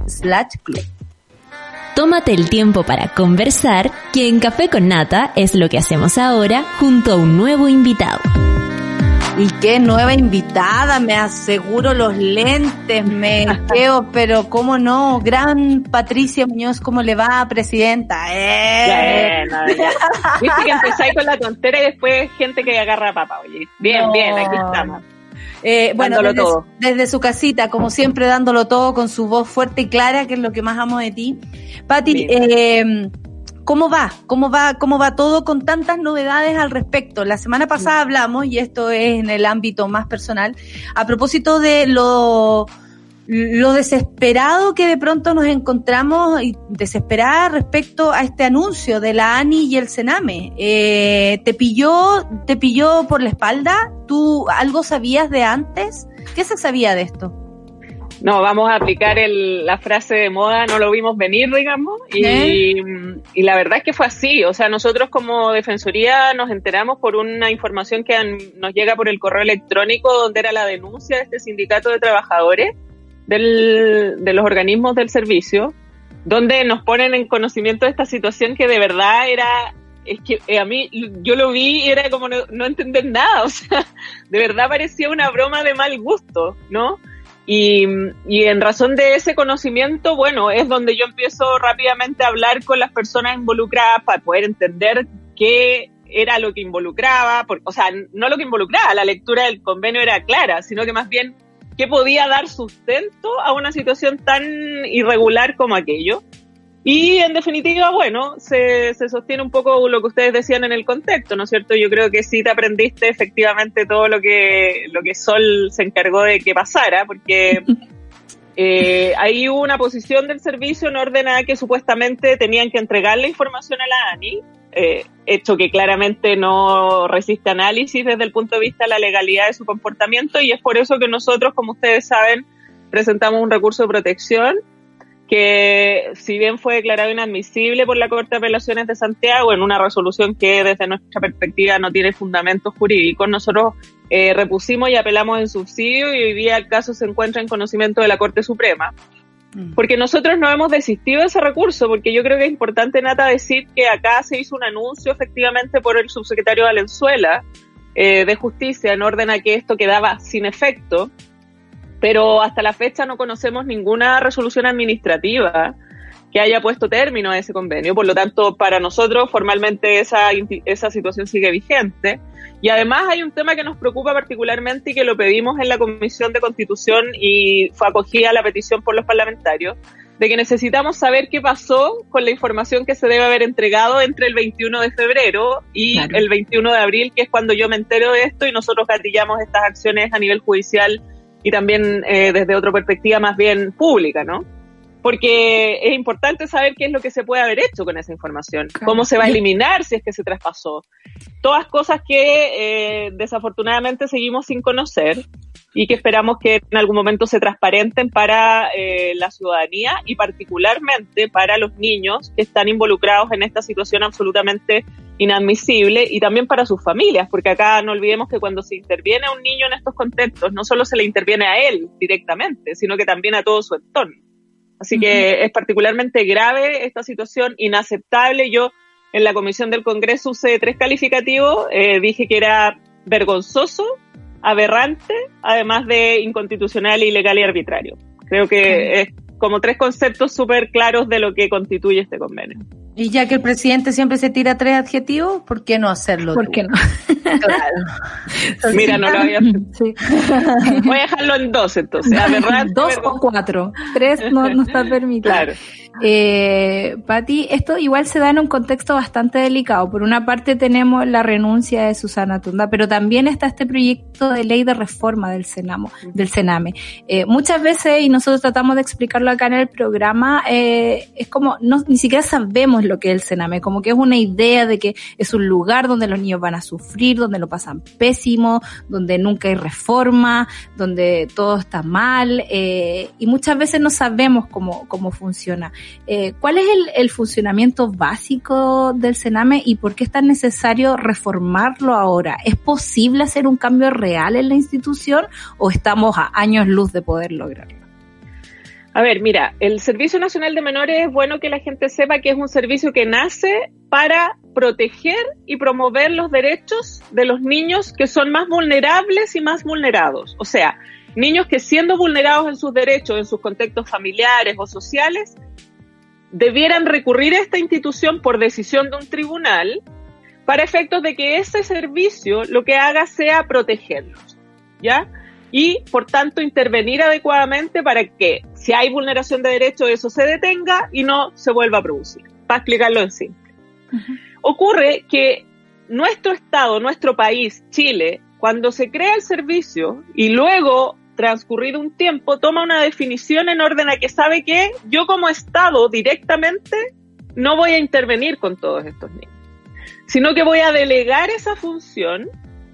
Tómate el tiempo para conversar, que en Café con Nata es lo que hacemos ahora junto a un nuevo invitado. Y qué nueva invitada, me aseguro los lentes, me quedo, pero cómo no, gran Patricia Muñoz, ¿cómo le va, presidenta? Ya. Viste que empezáis con la tontera y después gente que agarra papa, oye. Bien, aquí estamos. Bueno, desde su casita, como siempre, dándolo todo con su voz fuerte y clara, que es lo que más amo de ti. Pati, ¿cómo va todo con tantas novedades al respecto? La semana pasada hablamos, y esto es en el ámbito más personal, a propósito de lo desesperado que de pronto nos encontramos, y desesperada respecto a este anuncio de la ANI y el Sename. ¿Te pilló por la espalda? ¿Tú algo sabías de antes? ¿Qué se sabía de esto? No, vamos a aplicar la frase de moda, no lo vimos venir, digamos, y la verdad es que fue así. O sea, nosotros como Defensoría nos enteramos por una información que nos llega por el correo electrónico, donde era la denuncia de este sindicato de trabajadores de los organismos del servicio, donde nos ponen en conocimiento de esta situación que de verdad es que a mí, yo lo vi y era como no entender nada, o sea, de verdad parecía una broma de mal gusto, ¿no? Y en razón de ese conocimiento, bueno, es donde yo empiezo rápidamente a hablar con las personas involucradas para poder entender qué era lo que involucraba, o sea, no lo que involucraba, la lectura del convenio era clara, sino que más bien qué podía dar sustento a una situación tan irregular como aquello. Y en definitiva, bueno, se sostiene un poco lo que ustedes decían en el contexto, ¿no es cierto? Yo creo que sí te aprendiste efectivamente todo lo que Sol se encargó de que pasara, porque hay una posición del servicio en orden a que supuestamente tenían que entregar la información a la ANI, hecho que claramente no resiste análisis desde el punto de vista de la legalidad de su comportamiento, y es por eso que nosotros, como ustedes saben, presentamos un recurso de protección que, si bien fue declarado inadmisible por la Corte de Apelaciones de Santiago en una resolución que desde nuestra perspectiva no tiene fundamentos jurídicos, nosotros repusimos y apelamos en subsidio, y hoy día el caso se encuentra en conocimiento de la Corte Suprema. Porque nosotros no hemos desistido de ese recurso, porque yo creo que es importante, Nata, decir que acá se hizo un anuncio efectivamente por el subsecretario Valenzuela de Justicia en orden a que esto quedaba sin efecto, pero hasta la fecha no conocemos ninguna resolución administrativa que haya puesto término a ese convenio. Por lo tanto, para nosotros formalmente esa situación sigue vigente. Y además hay un tema que nos preocupa particularmente y que lo pedimos en la Comisión de Constitución y fue acogida la petición por los parlamentarios, de que necesitamos saber qué pasó con la información que se debe haber entregado entre el 21 de febrero y el 21 de abril, que es cuando yo me entero de esto y nosotros gatillamos estas acciones a nivel judicial y también desde otra perspectiva más bien pública, ¿no? Porque es importante saber qué es lo que se puede haber hecho con esa información, cómo se va a eliminar si es que se traspasó. Todas cosas que desafortunadamente seguimos sin conocer y que esperamos que en algún momento se transparenten para la ciudadanía y particularmente para los niños que están involucrados en esta situación absolutamente inadmisible y también para sus familias, porque acá no olvidemos que cuando se interviene a un niño en estos contextos no solo se le interviene a él directamente, sino que también a todo su entorno. Así que es particularmente grave esta situación, inaceptable. Yo en la comisión del Congreso usé 3 calificativos, dije que era vergonzoso, aberrante, además de inconstitucional, ilegal y arbitrario. Creo que es como 3 conceptos súper claros de lo que constituye este convenio. Y ya que el presidente siempre se tira 3 adjetivos, ¿por qué no hacerlo? ¿Por qué no? Claro. Mira, no lo había... Sí. Voy a dejarlo en 2 entonces. Aberrante, 2 o 4. 3 no está permitido. Claro. Pati, esto igual se da en un contexto bastante delicado. Por una parte tenemos la renuncia de Susana Tunda, pero también está este proyecto de ley de reforma del Sename. Muchas veces, y nosotros tratamos de explicarlo acá en el programa, es como ni siquiera sabemos lo que es el Sename, como que es una idea de que es un lugar donde los niños van a sufrir, donde lo pasan pésimo, donde nunca hay reforma, donde todo está mal, y muchas veces no sabemos cómo funciona. ¿Cuál es el funcionamiento básico del Sename y por qué es tan necesario reformarlo ahora? ¿Es posible hacer un cambio real en la institución o estamos a años luz de poder lograrlo? A ver, mira, el Servicio Nacional de Menores es bueno que la gente sepa que es un servicio que nace para proteger y promover los derechos de los niños que son más vulnerables y más vulnerados. O sea, niños que siendo vulnerados en sus derechos, en sus contextos familiares o sociales, debieran recurrir a esta institución por decisión de un tribunal para efectos de que ese servicio lo que haga sea protegerlos, ¿ya? Y, por tanto, intervenir adecuadamente para que, si hay vulneración de derechos, eso se detenga y no se vuelva a producir. Para explicarlo en simple. Ocurre que nuestro Estado, nuestro país, Chile, cuando se crea el servicio y luego, transcurrido un tiempo, toma una definición en orden a que sabe que yo como Estado directamente no voy a intervenir con todos estos niños, sino que voy a delegar esa función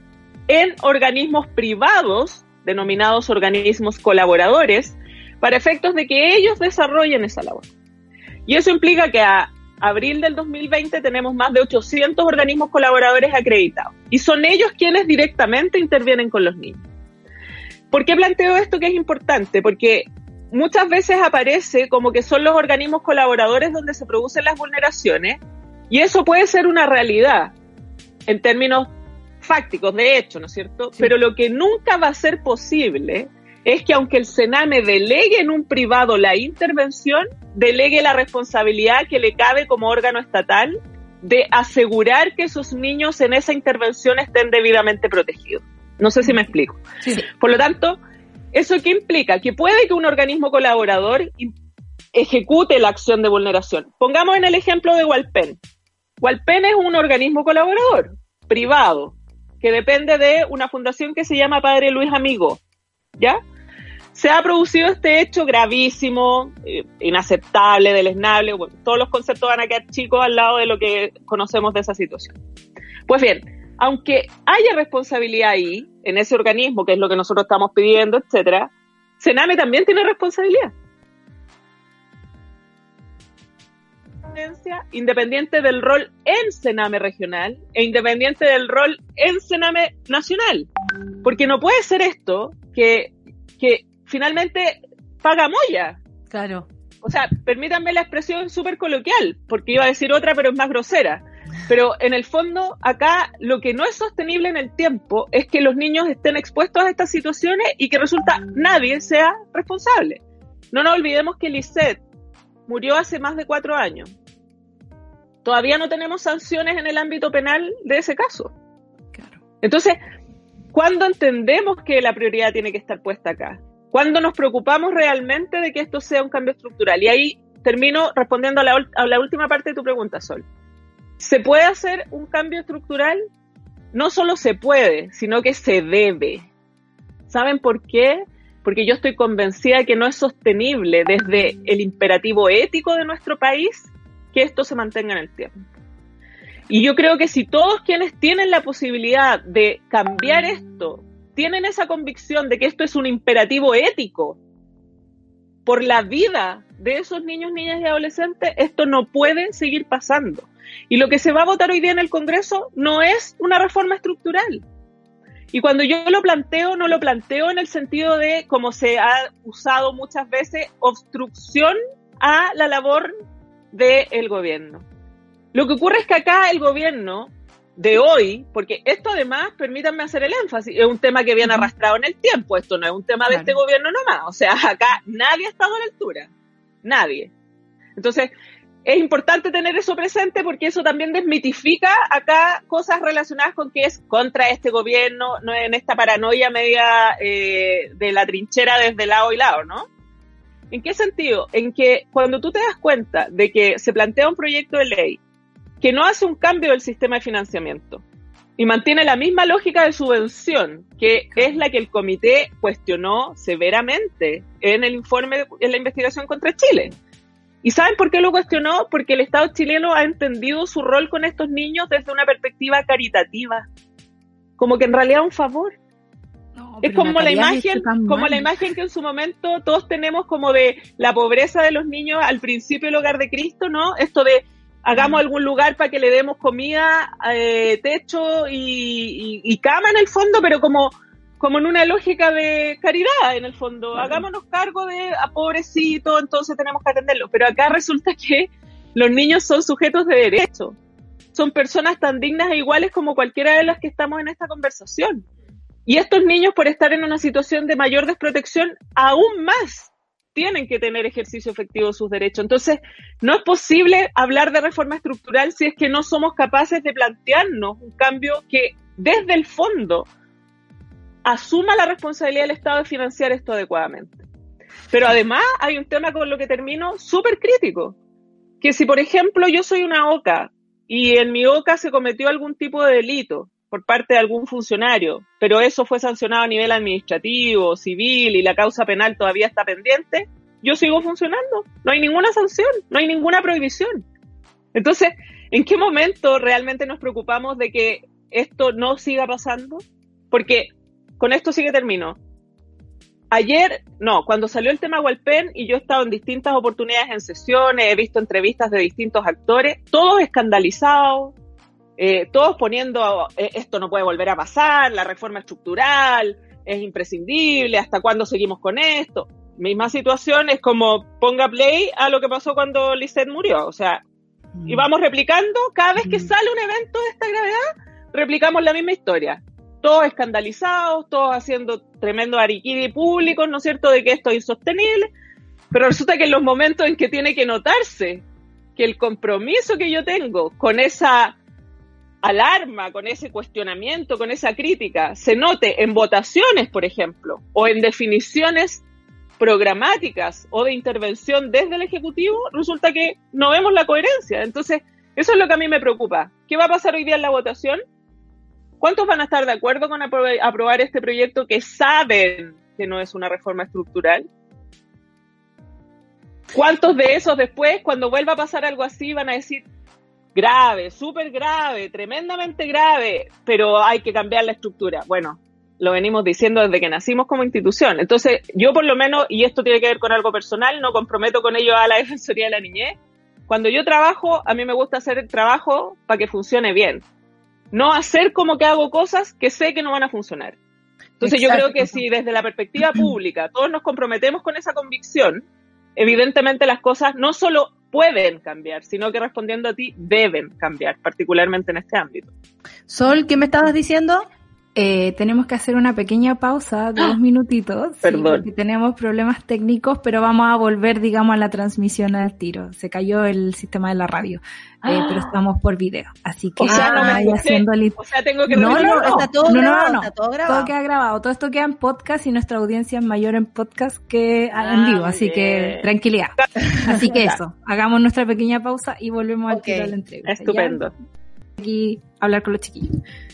en organismos privados, denominados organismos colaboradores, para efectos de que ellos desarrollen esa labor. Y eso implica que a abril del 2020 tenemos más de 800 organismos colaboradores acreditados. Y son ellos quienes directamente intervienen con los niños. ¿Por qué planteo esto que es importante? Porque muchas veces aparece como que son los organismos colaboradores donde se producen las vulneraciones, y eso puede ser una realidad en términos fácticos, de hecho, ¿no es cierto? Sí. Pero lo que nunca va a ser posible es que aunque el Sename delegue en un privado la intervención, delegue la responsabilidad que le cabe como órgano estatal de asegurar que esos niños en esa intervención estén debidamente protegidos. No sé si me explico. Sí. Por lo tanto, ¿eso qué implica? Que puede que un organismo colaborador ejecute la acción de vulneración. Pongamos en el ejemplo de Hualpén. Hualpén es un organismo colaborador, privado, que depende de una fundación que se llama Padre Luis Amigo, ¿ya? Se ha producido este hecho gravísimo, inaceptable, deleznable, bueno, todos los conceptos van a quedar chicos al lado de lo que conocemos de esa situación. Pues bien, aunque haya responsabilidad ahí, en ese organismo, que es lo que nosotros estamos pidiendo, etcétera, Sename también tiene responsabilidad. Independiente del rol en Sename regional e independiente del rol en Sename nacional. Porque no puede ser esto que finalmente paga Moya. Claro. O sea, permítanme la expresión súper coloquial, porque iba a decir otra, pero es más grosera. Pero en el fondo, acá lo que no es sostenible en el tiempo es que los niños estén expuestos a estas situaciones y que resulta nadie sea responsable. No nos olvidemos que Lisette murió hace más de 4 años. Todavía no tenemos sanciones en el ámbito penal de ese caso. Claro. Entonces, ¿cuándo entendemos que la prioridad tiene que estar puesta acá? ¿Cuándo nos preocupamos realmente de que esto sea un cambio estructural? Y ahí termino respondiendo a la última parte de tu pregunta, Sol. ¿Se puede hacer un cambio estructural? No solo se puede, sino que se debe. ¿Saben por qué? Porque yo estoy convencida de que no es sostenible desde el imperativo ético de nuestro país que esto se mantenga en el tiempo. Y yo creo que si todos quienes tienen la posibilidad de cambiar esto tienen esa convicción de que esto es un imperativo ético por la vida de esos niños, niñas y adolescentes, esto no puede seguir pasando. Y lo que se va a votar hoy día en el Congreso no es una reforma estructural. Y cuando yo lo planteo, no lo planteo en el sentido de, como se ha usado muchas veces, obstrucción a la labor del gobierno. Lo que ocurre es que acá el gobierno de hoy, porque esto además, permítanme hacer el énfasis, es un tema que viene arrastrado en el tiempo, esto no es un tema de este gobierno nomás, o sea, acá nadie ha estado a la altura, nadie. Entonces, es importante tener eso presente porque eso también desmitifica acá cosas relacionadas con que es contra este gobierno, no en esta paranoia media de la trinchera desde lado y lado, ¿no? ¿En qué sentido? En que cuando tú te das cuenta de que se plantea un proyecto de ley que no hace un cambio del sistema de financiamiento y mantiene la misma lógica de subvención, que es la que el comité cuestionó severamente en el informe de la investigación contra Chile. ¿Y saben por qué lo cuestionó? Porque el Estado chileno ha entendido su rol con estos niños desde una perspectiva caritativa, como que en realidad un favor. No, es como la imagen que en su momento todos tenemos como de la pobreza de los niños al principio del hogar de Cristo, ¿no? Esto de hagamos algún lugar para que le demos comida, techo y cama en el fondo, pero como en una lógica de caridad en el fondo. Claro. Hagámonos cargo de a pobrecito, entonces tenemos que atenderlo. Pero acá resulta que los niños son sujetos de derecho. Son personas tan dignas e iguales como cualquiera de las que estamos en esta conversación. Y estos niños, por estar en una situación de mayor desprotección, aún más tienen que tener ejercicio efectivo de sus derechos. Entonces, no es posible hablar de reforma estructural si es que no somos capaces de plantearnos un cambio que desde el fondo asuma la responsabilidad del Estado de financiar esto adecuadamente. Pero además hay un tema con lo que termino súper crítico, que si por ejemplo yo soy una OCA y en mi OCA se cometió algún tipo de delito por parte de algún funcionario, pero eso fue sancionado a nivel administrativo, civil y la causa penal todavía está pendiente, yo sigo funcionando, no hay ninguna sanción, no hay ninguna prohibición. Entonces, ¿en qué momento realmente nos preocupamos de que esto no siga pasando? Porque con esto sí que termino. Cuando salió el tema Hualpén y yo he estado en distintas oportunidades en sesiones, he visto entrevistas de distintos actores, todos escandalizados, todos poniendo esto no puede volver a pasar, la reforma estructural es imprescindible, ¿hasta cuándo seguimos con esto? Misma situación, es como ponga play a lo que pasó cuando Lisette murió, o sea, y vamos replicando, cada vez que sale un evento de esta gravedad, replicamos la misma historia. Todos escandalizados, todos haciendo tremendo ariquiri públicos, ¿no es cierto?, de que esto es insostenible, pero resulta que en los momentos en que tiene que notarse que el compromiso que yo tengo con esa alarma, con ese cuestionamiento, con esa crítica, se note en votaciones, por ejemplo, o en definiciones programáticas o de intervención desde el Ejecutivo, resulta que no vemos la coherencia. Entonces, eso es lo que a mí me preocupa. ¿Qué va a pasar hoy día en la votación? ¿Cuántos van a estar de acuerdo con aprobar este proyecto que saben que no es una reforma estructural? ¿Cuántos de esos después, cuando vuelva a pasar algo así, van a decir grave, súper grave, tremendamente grave, pero hay que cambiar la estructura? Bueno, lo venimos diciendo desde que nacimos como institución. Entonces, yo por lo menos, y esto tiene que ver con algo personal, no comprometo con ello a la Defensoría de la Niñez. Cuando yo trabajo, a mí me gusta hacer el trabajo para que funcione bien. No hacer como que hago cosas que sé que no van a funcionar. Entonces Exacto. Yo creo que si desde la perspectiva pública todos nos comprometemos con esa convicción, evidentemente las cosas no solo pueden cambiar, sino que respondiendo a ti deben cambiar, particularmente en este ámbito. Sol, ¿qué me estabas diciendo? Tenemos que hacer una pequeña pausa de 2 minutitos. Perdón. Sí, porque tenemos problemas técnicos, pero vamos a volver, digamos, a la transmisión al tiro. Se cayó el sistema de la radio, pero estamos por video. Así que o sea, no me haciendo o sea, tengo que no, está todo grabado, está todo grabado. Todo queda grabado. Todo esto queda en podcast y nuestra audiencia es mayor en podcast que en vivo, así que tranquilidad. Así que eso, hagamos nuestra pequeña pausa y volvemos al tiro de la entrevista. Estupendo. ¿Ya? Aquí hablar con los chiquillos.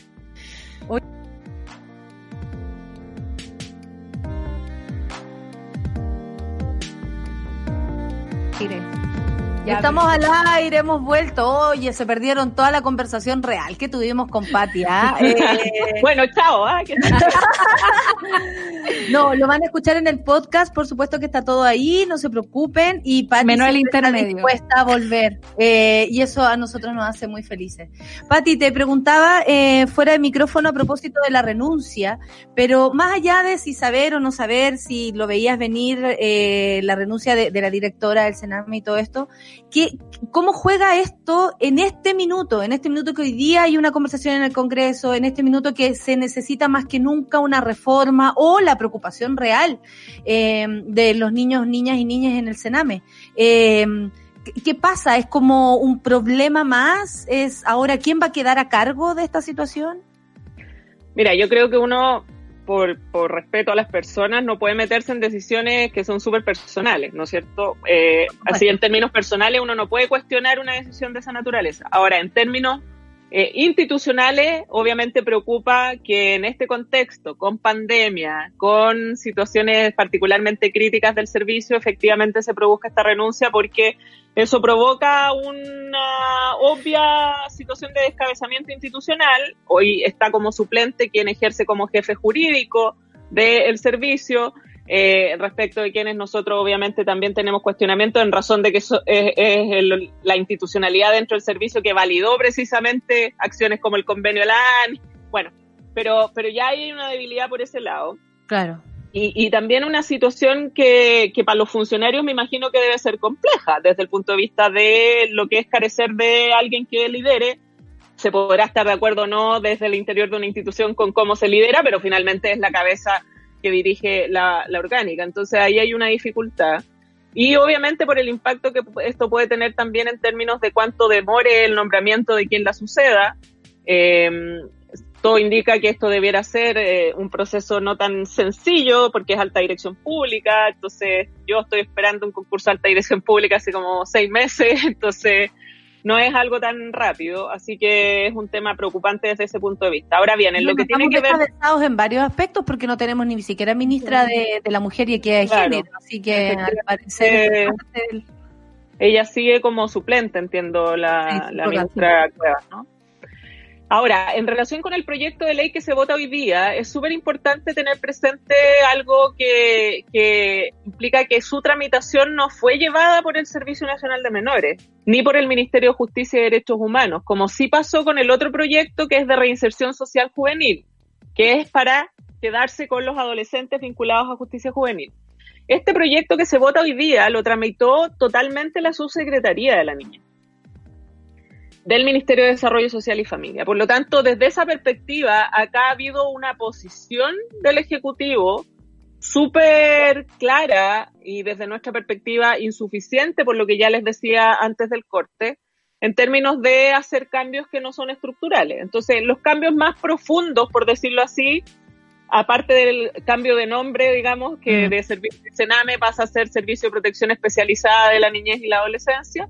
Ya estamos al aire, hemos vuelto. Oye, se perdieron toda la conversación real que tuvimos con Pati. Bueno, chao. No, lo van a escuchar en el podcast, por supuesto que está todo ahí, no se preocupen. Y Pati menos el intermedio. está dispuesta a volver. Y eso a nosotros nos hace muy felices. Pati, te preguntaba fuera de micrófono a propósito de la renuncia, pero más allá de si saber o no saber, si lo veías venir, la renuncia de la directora del Sename y todo esto, ¿cómo juega esto en este minuto que hoy día hay una conversación en el Congreso, en este minuto que se necesita más que nunca una reforma o la preocupación real de los niños, niñas y niñas en el Sename? ¿Qué pasa? ¿Es como un problema más? ¿Es ahora quién va a quedar a cargo de esta situación? Mira, yo creo que uno, por respeto a las personas, no puede meterse en decisiones que son súper personales, ¿no es cierto? Así, en términos personales, uno no puede cuestionar una decisión de esa naturaleza. Ahora, en términos institucionales, obviamente preocupa que en este contexto, con pandemia, con situaciones particularmente críticas del servicio, efectivamente se produzca esta renuncia, porque eso provoca una obvia situación de descabezamiento institucional. Hoy está como suplente quien ejerce como jefe jurídico del servicio, respecto de quienes nosotros obviamente también tenemos cuestionamiento en razón de que eso es la institucionalidad dentro del servicio que validó precisamente acciones como el convenio de la ANI. Bueno, pero ya hay una debilidad por ese lado. Claro. Y también una situación que para los funcionarios me imagino que debe ser compleja desde el punto de vista de lo que es carecer de alguien que lidere. Se podrá estar de acuerdo o no desde el interior de una institución con cómo se lidera, pero finalmente es la cabeza que dirige la orgánica. Entonces ahí hay una dificultad. Y obviamente por el impacto que esto puede tener también en términos de cuánto demore el nombramiento de quien la suceda. Todo indica que esto debiera ser un proceso no tan sencillo porque es alta dirección pública. Entonces yo estoy esperando un concurso de alta dirección pública hace como 6 meses. Entonces no es algo tan rápido, así que es un tema preocupante desde ese punto de vista. Ahora bien, en lo que tiene que ver... Estamos en varios aspectos porque no tenemos ni siquiera ministra de la mujer y equidad de género, así que al parecer... ella sigue como suplente, entiendo, la ministra Cuevas, ¿no? Ahora, en relación con el proyecto de ley que se vota hoy día, es súper importante tener presente algo que implica que su tramitación no fue llevada por el Servicio Nacional de Menores, ni por el Ministerio de Justicia y Derechos Humanos, como sí pasó con el otro proyecto que es de reinserción social juvenil, que es para quedarse con los adolescentes vinculados a justicia juvenil. Este proyecto que se vota hoy día lo tramitó totalmente la Subsecretaría de la Niñez del Ministerio de Desarrollo Social y Familia. Por lo tanto, desde esa perspectiva, acá ha habido una posición del Ejecutivo súper clara y desde nuestra perspectiva insuficiente, por lo que ya les decía antes del corte, en términos de hacer cambios que no son estructurales. Entonces, los cambios más profundos, por decirlo así, aparte del cambio de nombre, digamos, que de servicio de Sename pasa a ser Servicio de Protección Especializada de la Niñez y la Adolescencia,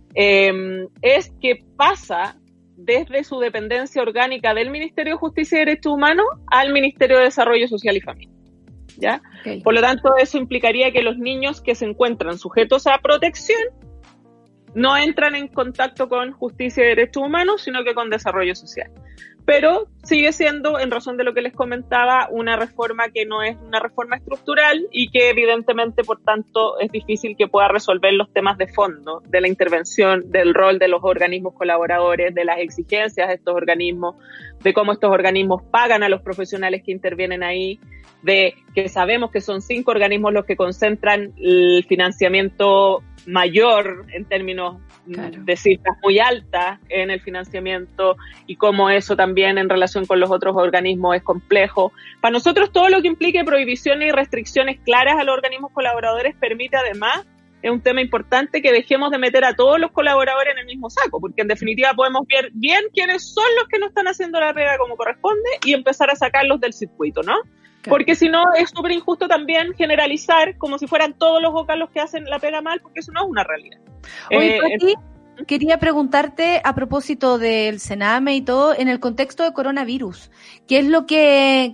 es que pasa desde su dependencia orgánica del Ministerio de Justicia y Derechos Humanos al Ministerio de Desarrollo Social y Familia, ¿ya? Okay. Por lo tanto, eso implicaría que los niños que se encuentran sujetos a protección no entran en contacto con Justicia y Derechos Humanos, sino que con Desarrollo Social. pero sigue siendo, en razón de lo que les comentaba, una reforma que no es una reforma estructural y que evidentemente, por tanto, es difícil que pueda resolver los temas de fondo, de la intervención, del rol de los organismos colaboradores, de las exigencias de estos organismos, de cómo estos organismos pagan a los profesionales que intervienen ahí, de que sabemos que son 5 organismos los que concentran el financiamiento mayor en términos de cifras muy altas en el financiamiento, y cómo eso también en relación con los otros organismos es complejo. Para nosotros todo lo que implique prohibiciones y restricciones claras a los organismos colaboradores permite además, es un tema importante, que dejemos de meter a todos los colaboradores en el mismo saco, porque en definitiva podemos ver bien quiénes son los que no están haciendo la pega como corresponde y empezar a sacarlos del circuito, ¿no? Claro. Porque si no es súper injusto también generalizar como si fueran todos los vocales los que hacen la pega mal, porque eso no es una realidad. Oye, Pati, quería preguntarte a propósito del Sename y todo, en el contexto de coronavirus, ¿qué es lo que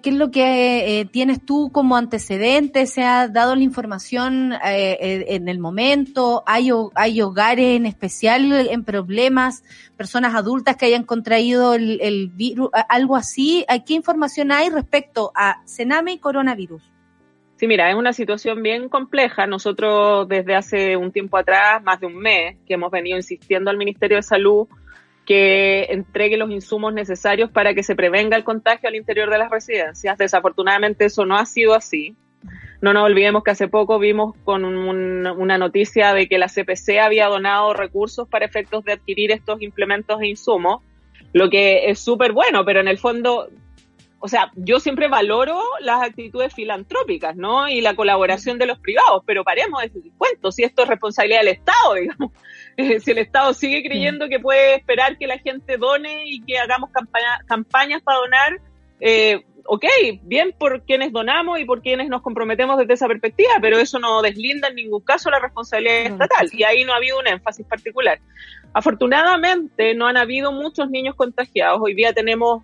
tienes tú como antecedente? ¿Se ha dado la información en el momento? ¿Hay hogares en especial en problemas? ¿Personas adultas que hayan contraído el virus? ¿Algo así? ¿Qué información hay respecto a Sename y coronavirus? Sí, mira, es una situación bien compleja. Nosotros desde hace un tiempo atrás, más de un mes, que hemos venido insistiendo al Ministerio de Salud que entregue los insumos necesarios para que se prevenga el contagio al interior de las residencias. Desafortunadamente eso no ha sido así. No nos olvidemos que hace poco vimos con una noticia de que la CPC había donado recursos para efectos de adquirir estos implementos e insumos, lo que es súper bueno, pero en el fondo... O sea, yo siempre valoro las actitudes filantrópicas, ¿no? Y la colaboración de los privados, pero paremos de ese cuento, si esto es responsabilidad del Estado, digamos. Si el Estado sigue creyendo que puede esperar que la gente done y que hagamos campañas para donar, ok, bien por quienes donamos y por quienes nos comprometemos desde esa perspectiva, pero eso no deslinda en ningún caso la responsabilidad estatal, y ahí no ha habido un énfasis particular. Afortunadamente no han habido muchos niños contagiados. Hoy día tenemos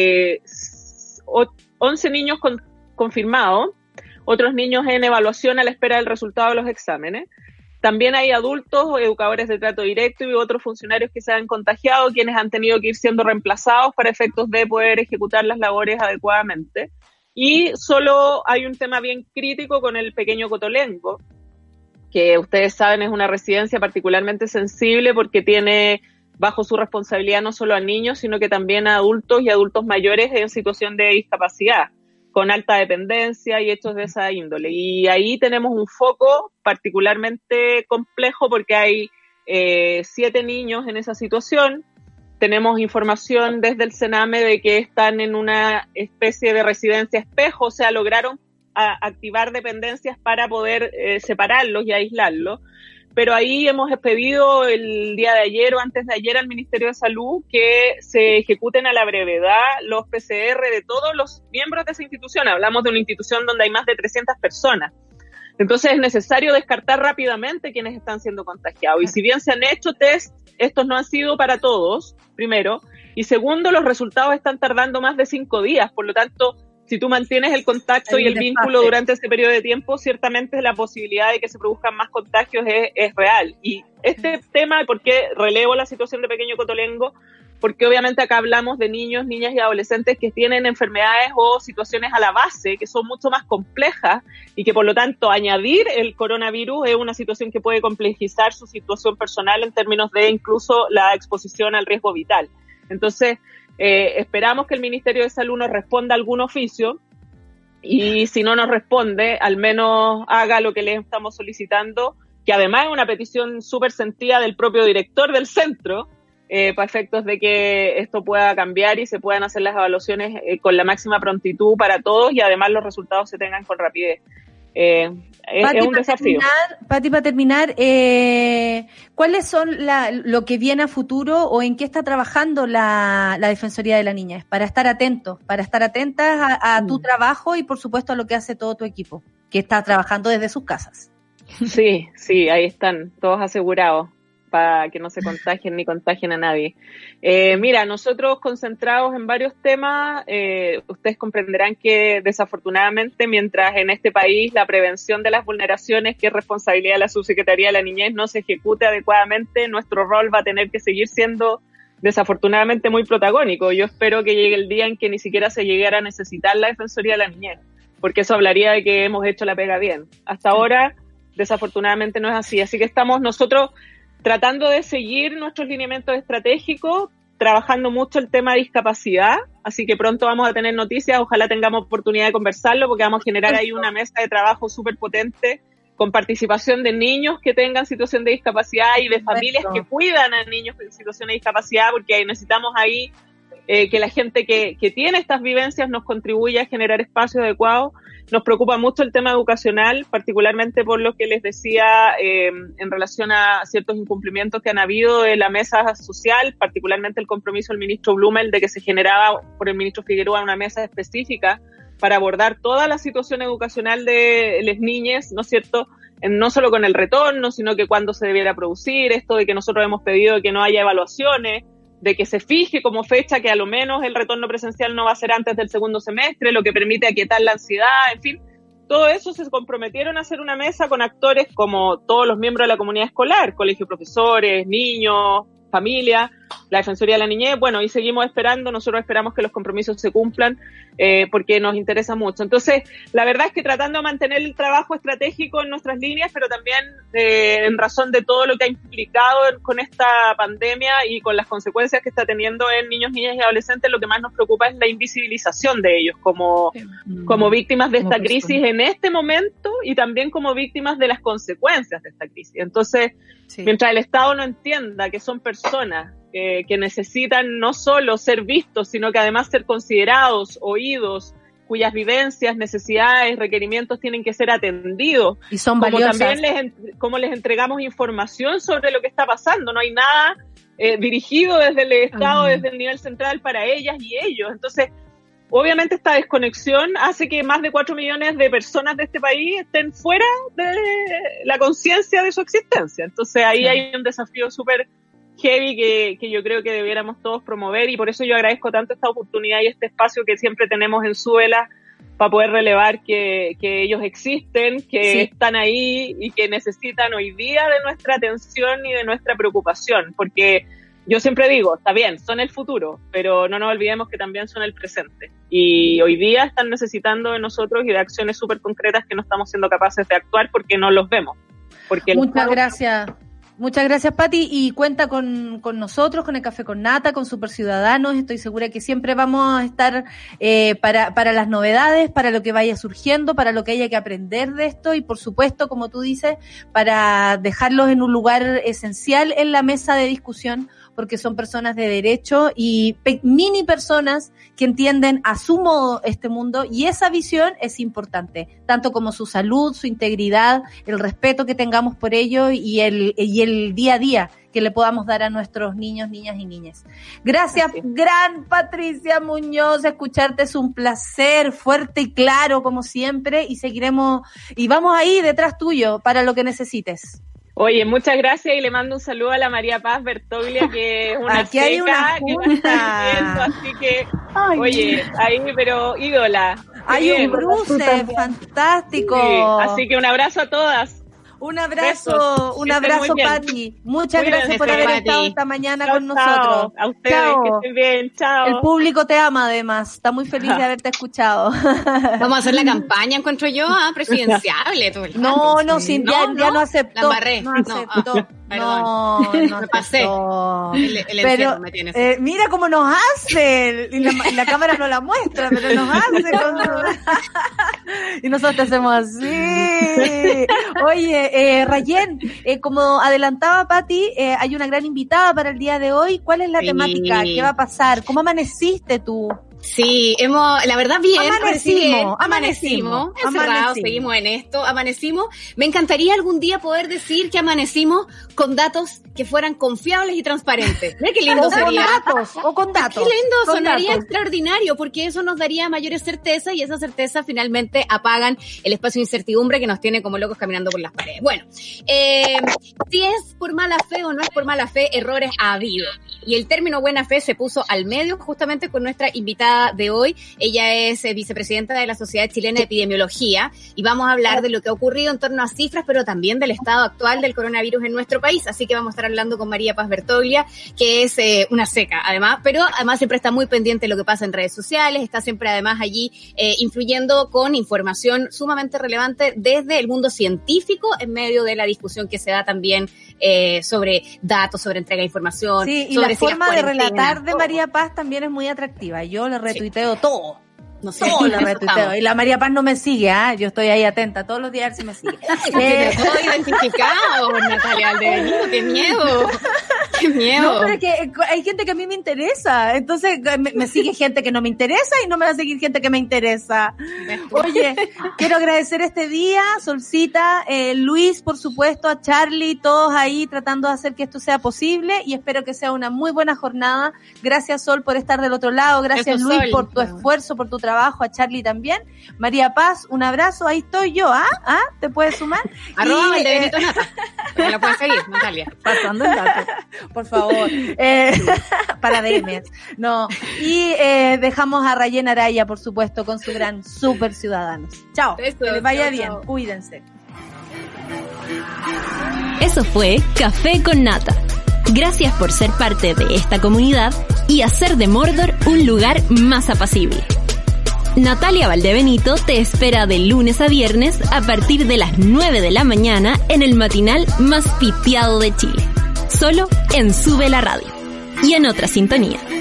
11 niños confirmados, otros niños en evaluación a la espera del resultado de los exámenes. También hay adultos, educadores de trato directo y otros funcionarios que se han contagiado, quienes han tenido que ir siendo reemplazados para efectos de poder ejecutar las labores adecuadamente. Y solo hay un tema bien crítico con el pequeño Cotolengo, que ustedes saben es una residencia particularmente sensible porque tiene bajo su responsabilidad no solo a niños, sino que también a adultos y adultos mayores en situación de discapacidad, con alta dependencia y hechos de esa índole. Y ahí tenemos un foco particularmente complejo porque hay 7 niños en esa situación. Tenemos información desde el Sename de que están en una especie de residencia espejo, o sea, lograron activar dependencias para poder separarlos y aislarlos. Pero ahí hemos pedido el día de ayer o antes de ayer al Ministerio de Salud que se ejecuten a la brevedad los PCR de todos los miembros de esa institución. Hablamos de una institución donde hay más de 300 personas. Entonces es necesario descartar rápidamente quienes están siendo contagiados. Y si bien se han hecho test, estos no han sido para todos, primero. Y segundo, los resultados están tardando más de 5 días. Por lo tanto, si tú mantienes el contacto y el vínculo durante ese periodo de tiempo, ciertamente la posibilidad de que se produzcan más contagios es real. Y este tema, ¿por qué relevo la situación de pequeño Cotolengo? Porque obviamente acá hablamos de niños, niñas y adolescentes que tienen enfermedades o situaciones a la base que son mucho más complejas y que por lo tanto añadir el coronavirus es una situación que puede complejizar su situación personal en términos de incluso la exposición al riesgo vital. Entonces, esperamos que el Ministerio de Salud nos responda algún oficio y si no nos responde, al menos haga lo que le estamos solicitando, que además es una petición súper sentida del propio director del centro, para efectos de que esto pueda cambiar y se puedan hacer las evaluaciones con la máxima prontitud para todos y además los resultados se tengan con rapidez. Pati, es un desafío. Pati, para terminar, ¿cuáles son lo que viene a futuro o en qué está trabajando la Defensoría de la Niñez? Para estar atentas a tu trabajo y por supuesto a lo que hace todo tu equipo, que está trabajando desde sus casas. Sí, ahí están, todos asegurados, para que no se contagien ni contagien a nadie. Mira, nosotros concentrados en varios temas, ustedes comprenderán que desafortunadamente mientras en este país la prevención de las vulneraciones, que es responsabilidad de la Subsecretaría de la Niñez, no se ejecute adecuadamente, nuestro rol va a tener que seguir siendo desafortunadamente muy protagónico. Yo espero que llegue el día en que ni siquiera se llegara a necesitar la Defensoría de la Niñez, porque eso hablaría de que hemos hecho la pega bien. Hasta ahora, desafortunadamente no es así. Así que estamos nosotros tratando de seguir nuestros lineamientos estratégicos, trabajando mucho el tema de discapacidad, así que pronto vamos a tener noticias, ojalá tengamos oportunidad de conversarlo, porque vamos a generar ahí una mesa de trabajo súper potente, con participación de niños que tengan situación de discapacidad y de familias que cuidan a niños en situación de discapacidad, porque necesitamos ahí que la gente que tiene estas vivencias nos contribuya a generar espacios adecuados. Nos preocupa mucho el tema educacional, particularmente por lo que les decía en relación a ciertos incumplimientos que han habido de la mesa social, particularmente el compromiso del ministro Blumel de que se generaba por el ministro Figueroa una mesa específica para abordar toda la situación educacional de las niñas, ¿no es cierto?, no solo con el retorno, sino que cuándo se debiera producir, esto de que nosotros hemos pedido que no haya evaluaciones, de que se fije como fecha que a lo menos el retorno presencial no va a ser antes del segundo semestre, lo que permite aquietar la ansiedad, en fin. Todo eso se comprometieron a hacer una mesa con actores como todos los miembros de la comunidad escolar, colegio de profesores, niños, familia, la Defensoría de la Niñez, bueno, y seguimos esperando, nosotros esperamos que los compromisos se cumplan, porque nos interesa mucho. Entonces, la verdad es que tratando de mantener el trabajo estratégico en nuestras líneas, pero también en razón de todo lo que ha implicado con esta pandemia y con las consecuencias que está teniendo en niños, niñas y adolescentes, lo que más nos preocupa es la invisibilización de ellos como víctimas de esta crisis en este momento y también como víctimas de las consecuencias de esta crisis. Entonces, mientras el Estado no entienda que son personas que necesitan no solo ser vistos, sino que además ser considerados, oídos, cuyas vivencias, necesidades, requerimientos tienen que ser atendidos. Y son valiosas. Como también como les entregamos información sobre lo que está pasando. No hay nada dirigido desde el Estado, desde el nivel central para ellas y ellos. Entonces, obviamente esta desconexión hace que más de 4 millones de personas de este país estén fuera de la conciencia de su existencia. Entonces ahí hay un desafío súper heavy que yo creo que debiéramos todos promover, y por eso yo agradezco tanto esta oportunidad y este espacio que siempre tenemos en Súbela para poder relevar que ellos existen, que están ahí y que necesitan hoy día de nuestra atención y de nuestra preocupación, porque yo siempre digo, está bien, son el futuro, pero no nos olvidemos que también son el presente, y hoy día están necesitando de nosotros y de acciones súper concretas que no estamos siendo capaces de actuar porque no los vemos. Porque Muchas gracias, Pati, y cuenta con nosotros, con el Café con Nata, con Super Ciudadanos. Estoy segura que siempre vamos a estar para las novedades, para lo que vaya surgiendo, para lo que haya que aprender de esto y, por supuesto, como tú dices, para dejarlos en un lugar esencial en la mesa de discusión, porque son personas de derecho y mini personas que entienden a su modo este mundo, y esa visión es importante, tanto como su salud, su integridad, el respeto que tengamos por ellos y el día a día que le podamos dar a nuestros niños, niñas y niñas. Gracias, gran Patricia Muñoz, escucharte es un placer, fuerte y claro como siempre, y seguiremos, y vamos ahí detrás tuyo para lo que necesites. Oye, muchas gracias, y le mando un saludo a la María Paz Bertoglia, que es una aquí hay una que va a estar viendo, así que, oye, ahí, pero ídola. Hay un cruce fantástico. Sí, así que un abrazo a todas. Un abrazo, Pati. Muchas gracias por haber estado esta mañana con nosotros. A ustedes, que estén bien, chao. El público te ama, además. Está muy feliz de haberte escuchado. Vamos a hacer la campaña, encuentro yo, presidenciable. Todo el rato. Ya no aceptó. La embarré. No aceptó. No, me pasé. El pero me tiene mira cómo nos hace. Y la cámara no la muestra, pero nos hace. Y nosotros te hacemos así. Oye, Rayén, como adelantaba Pati, hay una gran invitada para el día de hoy. ¿Cuál es la temática? ¿Qué va a pasar? ¿Cómo amaneciste tú? Sí, la verdad bien, amanecimos, encerrados, seguimos en esto, amanecimos. Me encantaría algún día poder decir que amanecimos con datos que fueran confiables y transparentes. Mira qué lindo sería. Con datos. Qué lindo, sonaría extraordinario, porque eso nos daría mayores certezas, y esas certezas finalmente apagan el espacio de incertidumbre que nos tiene como locos caminando por las paredes. Bueno, si es por mala fe o no es por mala fe, errores ha habido. y el término buena fe se puso al medio justamente con nuestra invitada de hoy. Ella es vicepresidenta de la Sociedad Chilena de Epidemiología y vamos a hablar de lo que ha ocurrido en torno a cifras, pero también del estado actual del coronavirus en nuestro país. Así que vamos a estar hablando con María Paz Bertoglia, que es una seca además, pero además siempre está muy pendiente de lo que pasa en redes sociales, está siempre además allí influyendo con información sumamente relevante desde el mundo científico en medio de la discusión que se da también sobre datos, sobre entrega de información. Sí, y sobre la forma de relatar de María Paz también es muy atractiva. Yo le retuiteo todo. No sé, todo le retuiteo. Y la María Paz no me sigue, yo estoy ahí atenta. Todos los días a ver si me sigue. Todo identificado, Natalia Valdebenito, qué miedo. Qué miedo. No, pero es que hay gente que a mí me interesa. Entonces me sigue gente que no me interesa y no me va a seguir gente que me interesa. Oye, quiero agradecer este día, Solcita, Luis, por supuesto, a Charlie, todos ahí tratando de hacer que esto sea posible y espero que sea una muy buena jornada. Gracias, Sol, por estar del otro lado. Gracias, eso, Luis, Sol, por tu esfuerzo, por tu trabajo, a Charlie también. María Paz, un abrazo, ahí estoy yo, ¿te puedes sumar? @ Valdebenito Nata. La puedes seguir, Natalia. Pasando el dato. Por favor, para DMs. No, y dejamos a Rayen Araya, por supuesto, con su gran Super Ciudadanos. Chao, que les vaya bien, cuídense. Eso fue Café con Nata. Gracias por ser parte de esta comunidad y hacer de Mordor un lugar más apacible. Natalia Valdebenito te espera de lunes a viernes a partir de las 9 de la mañana en el matinal más piteado de Chile. Solo en Sube la Radio y en otra sintonía.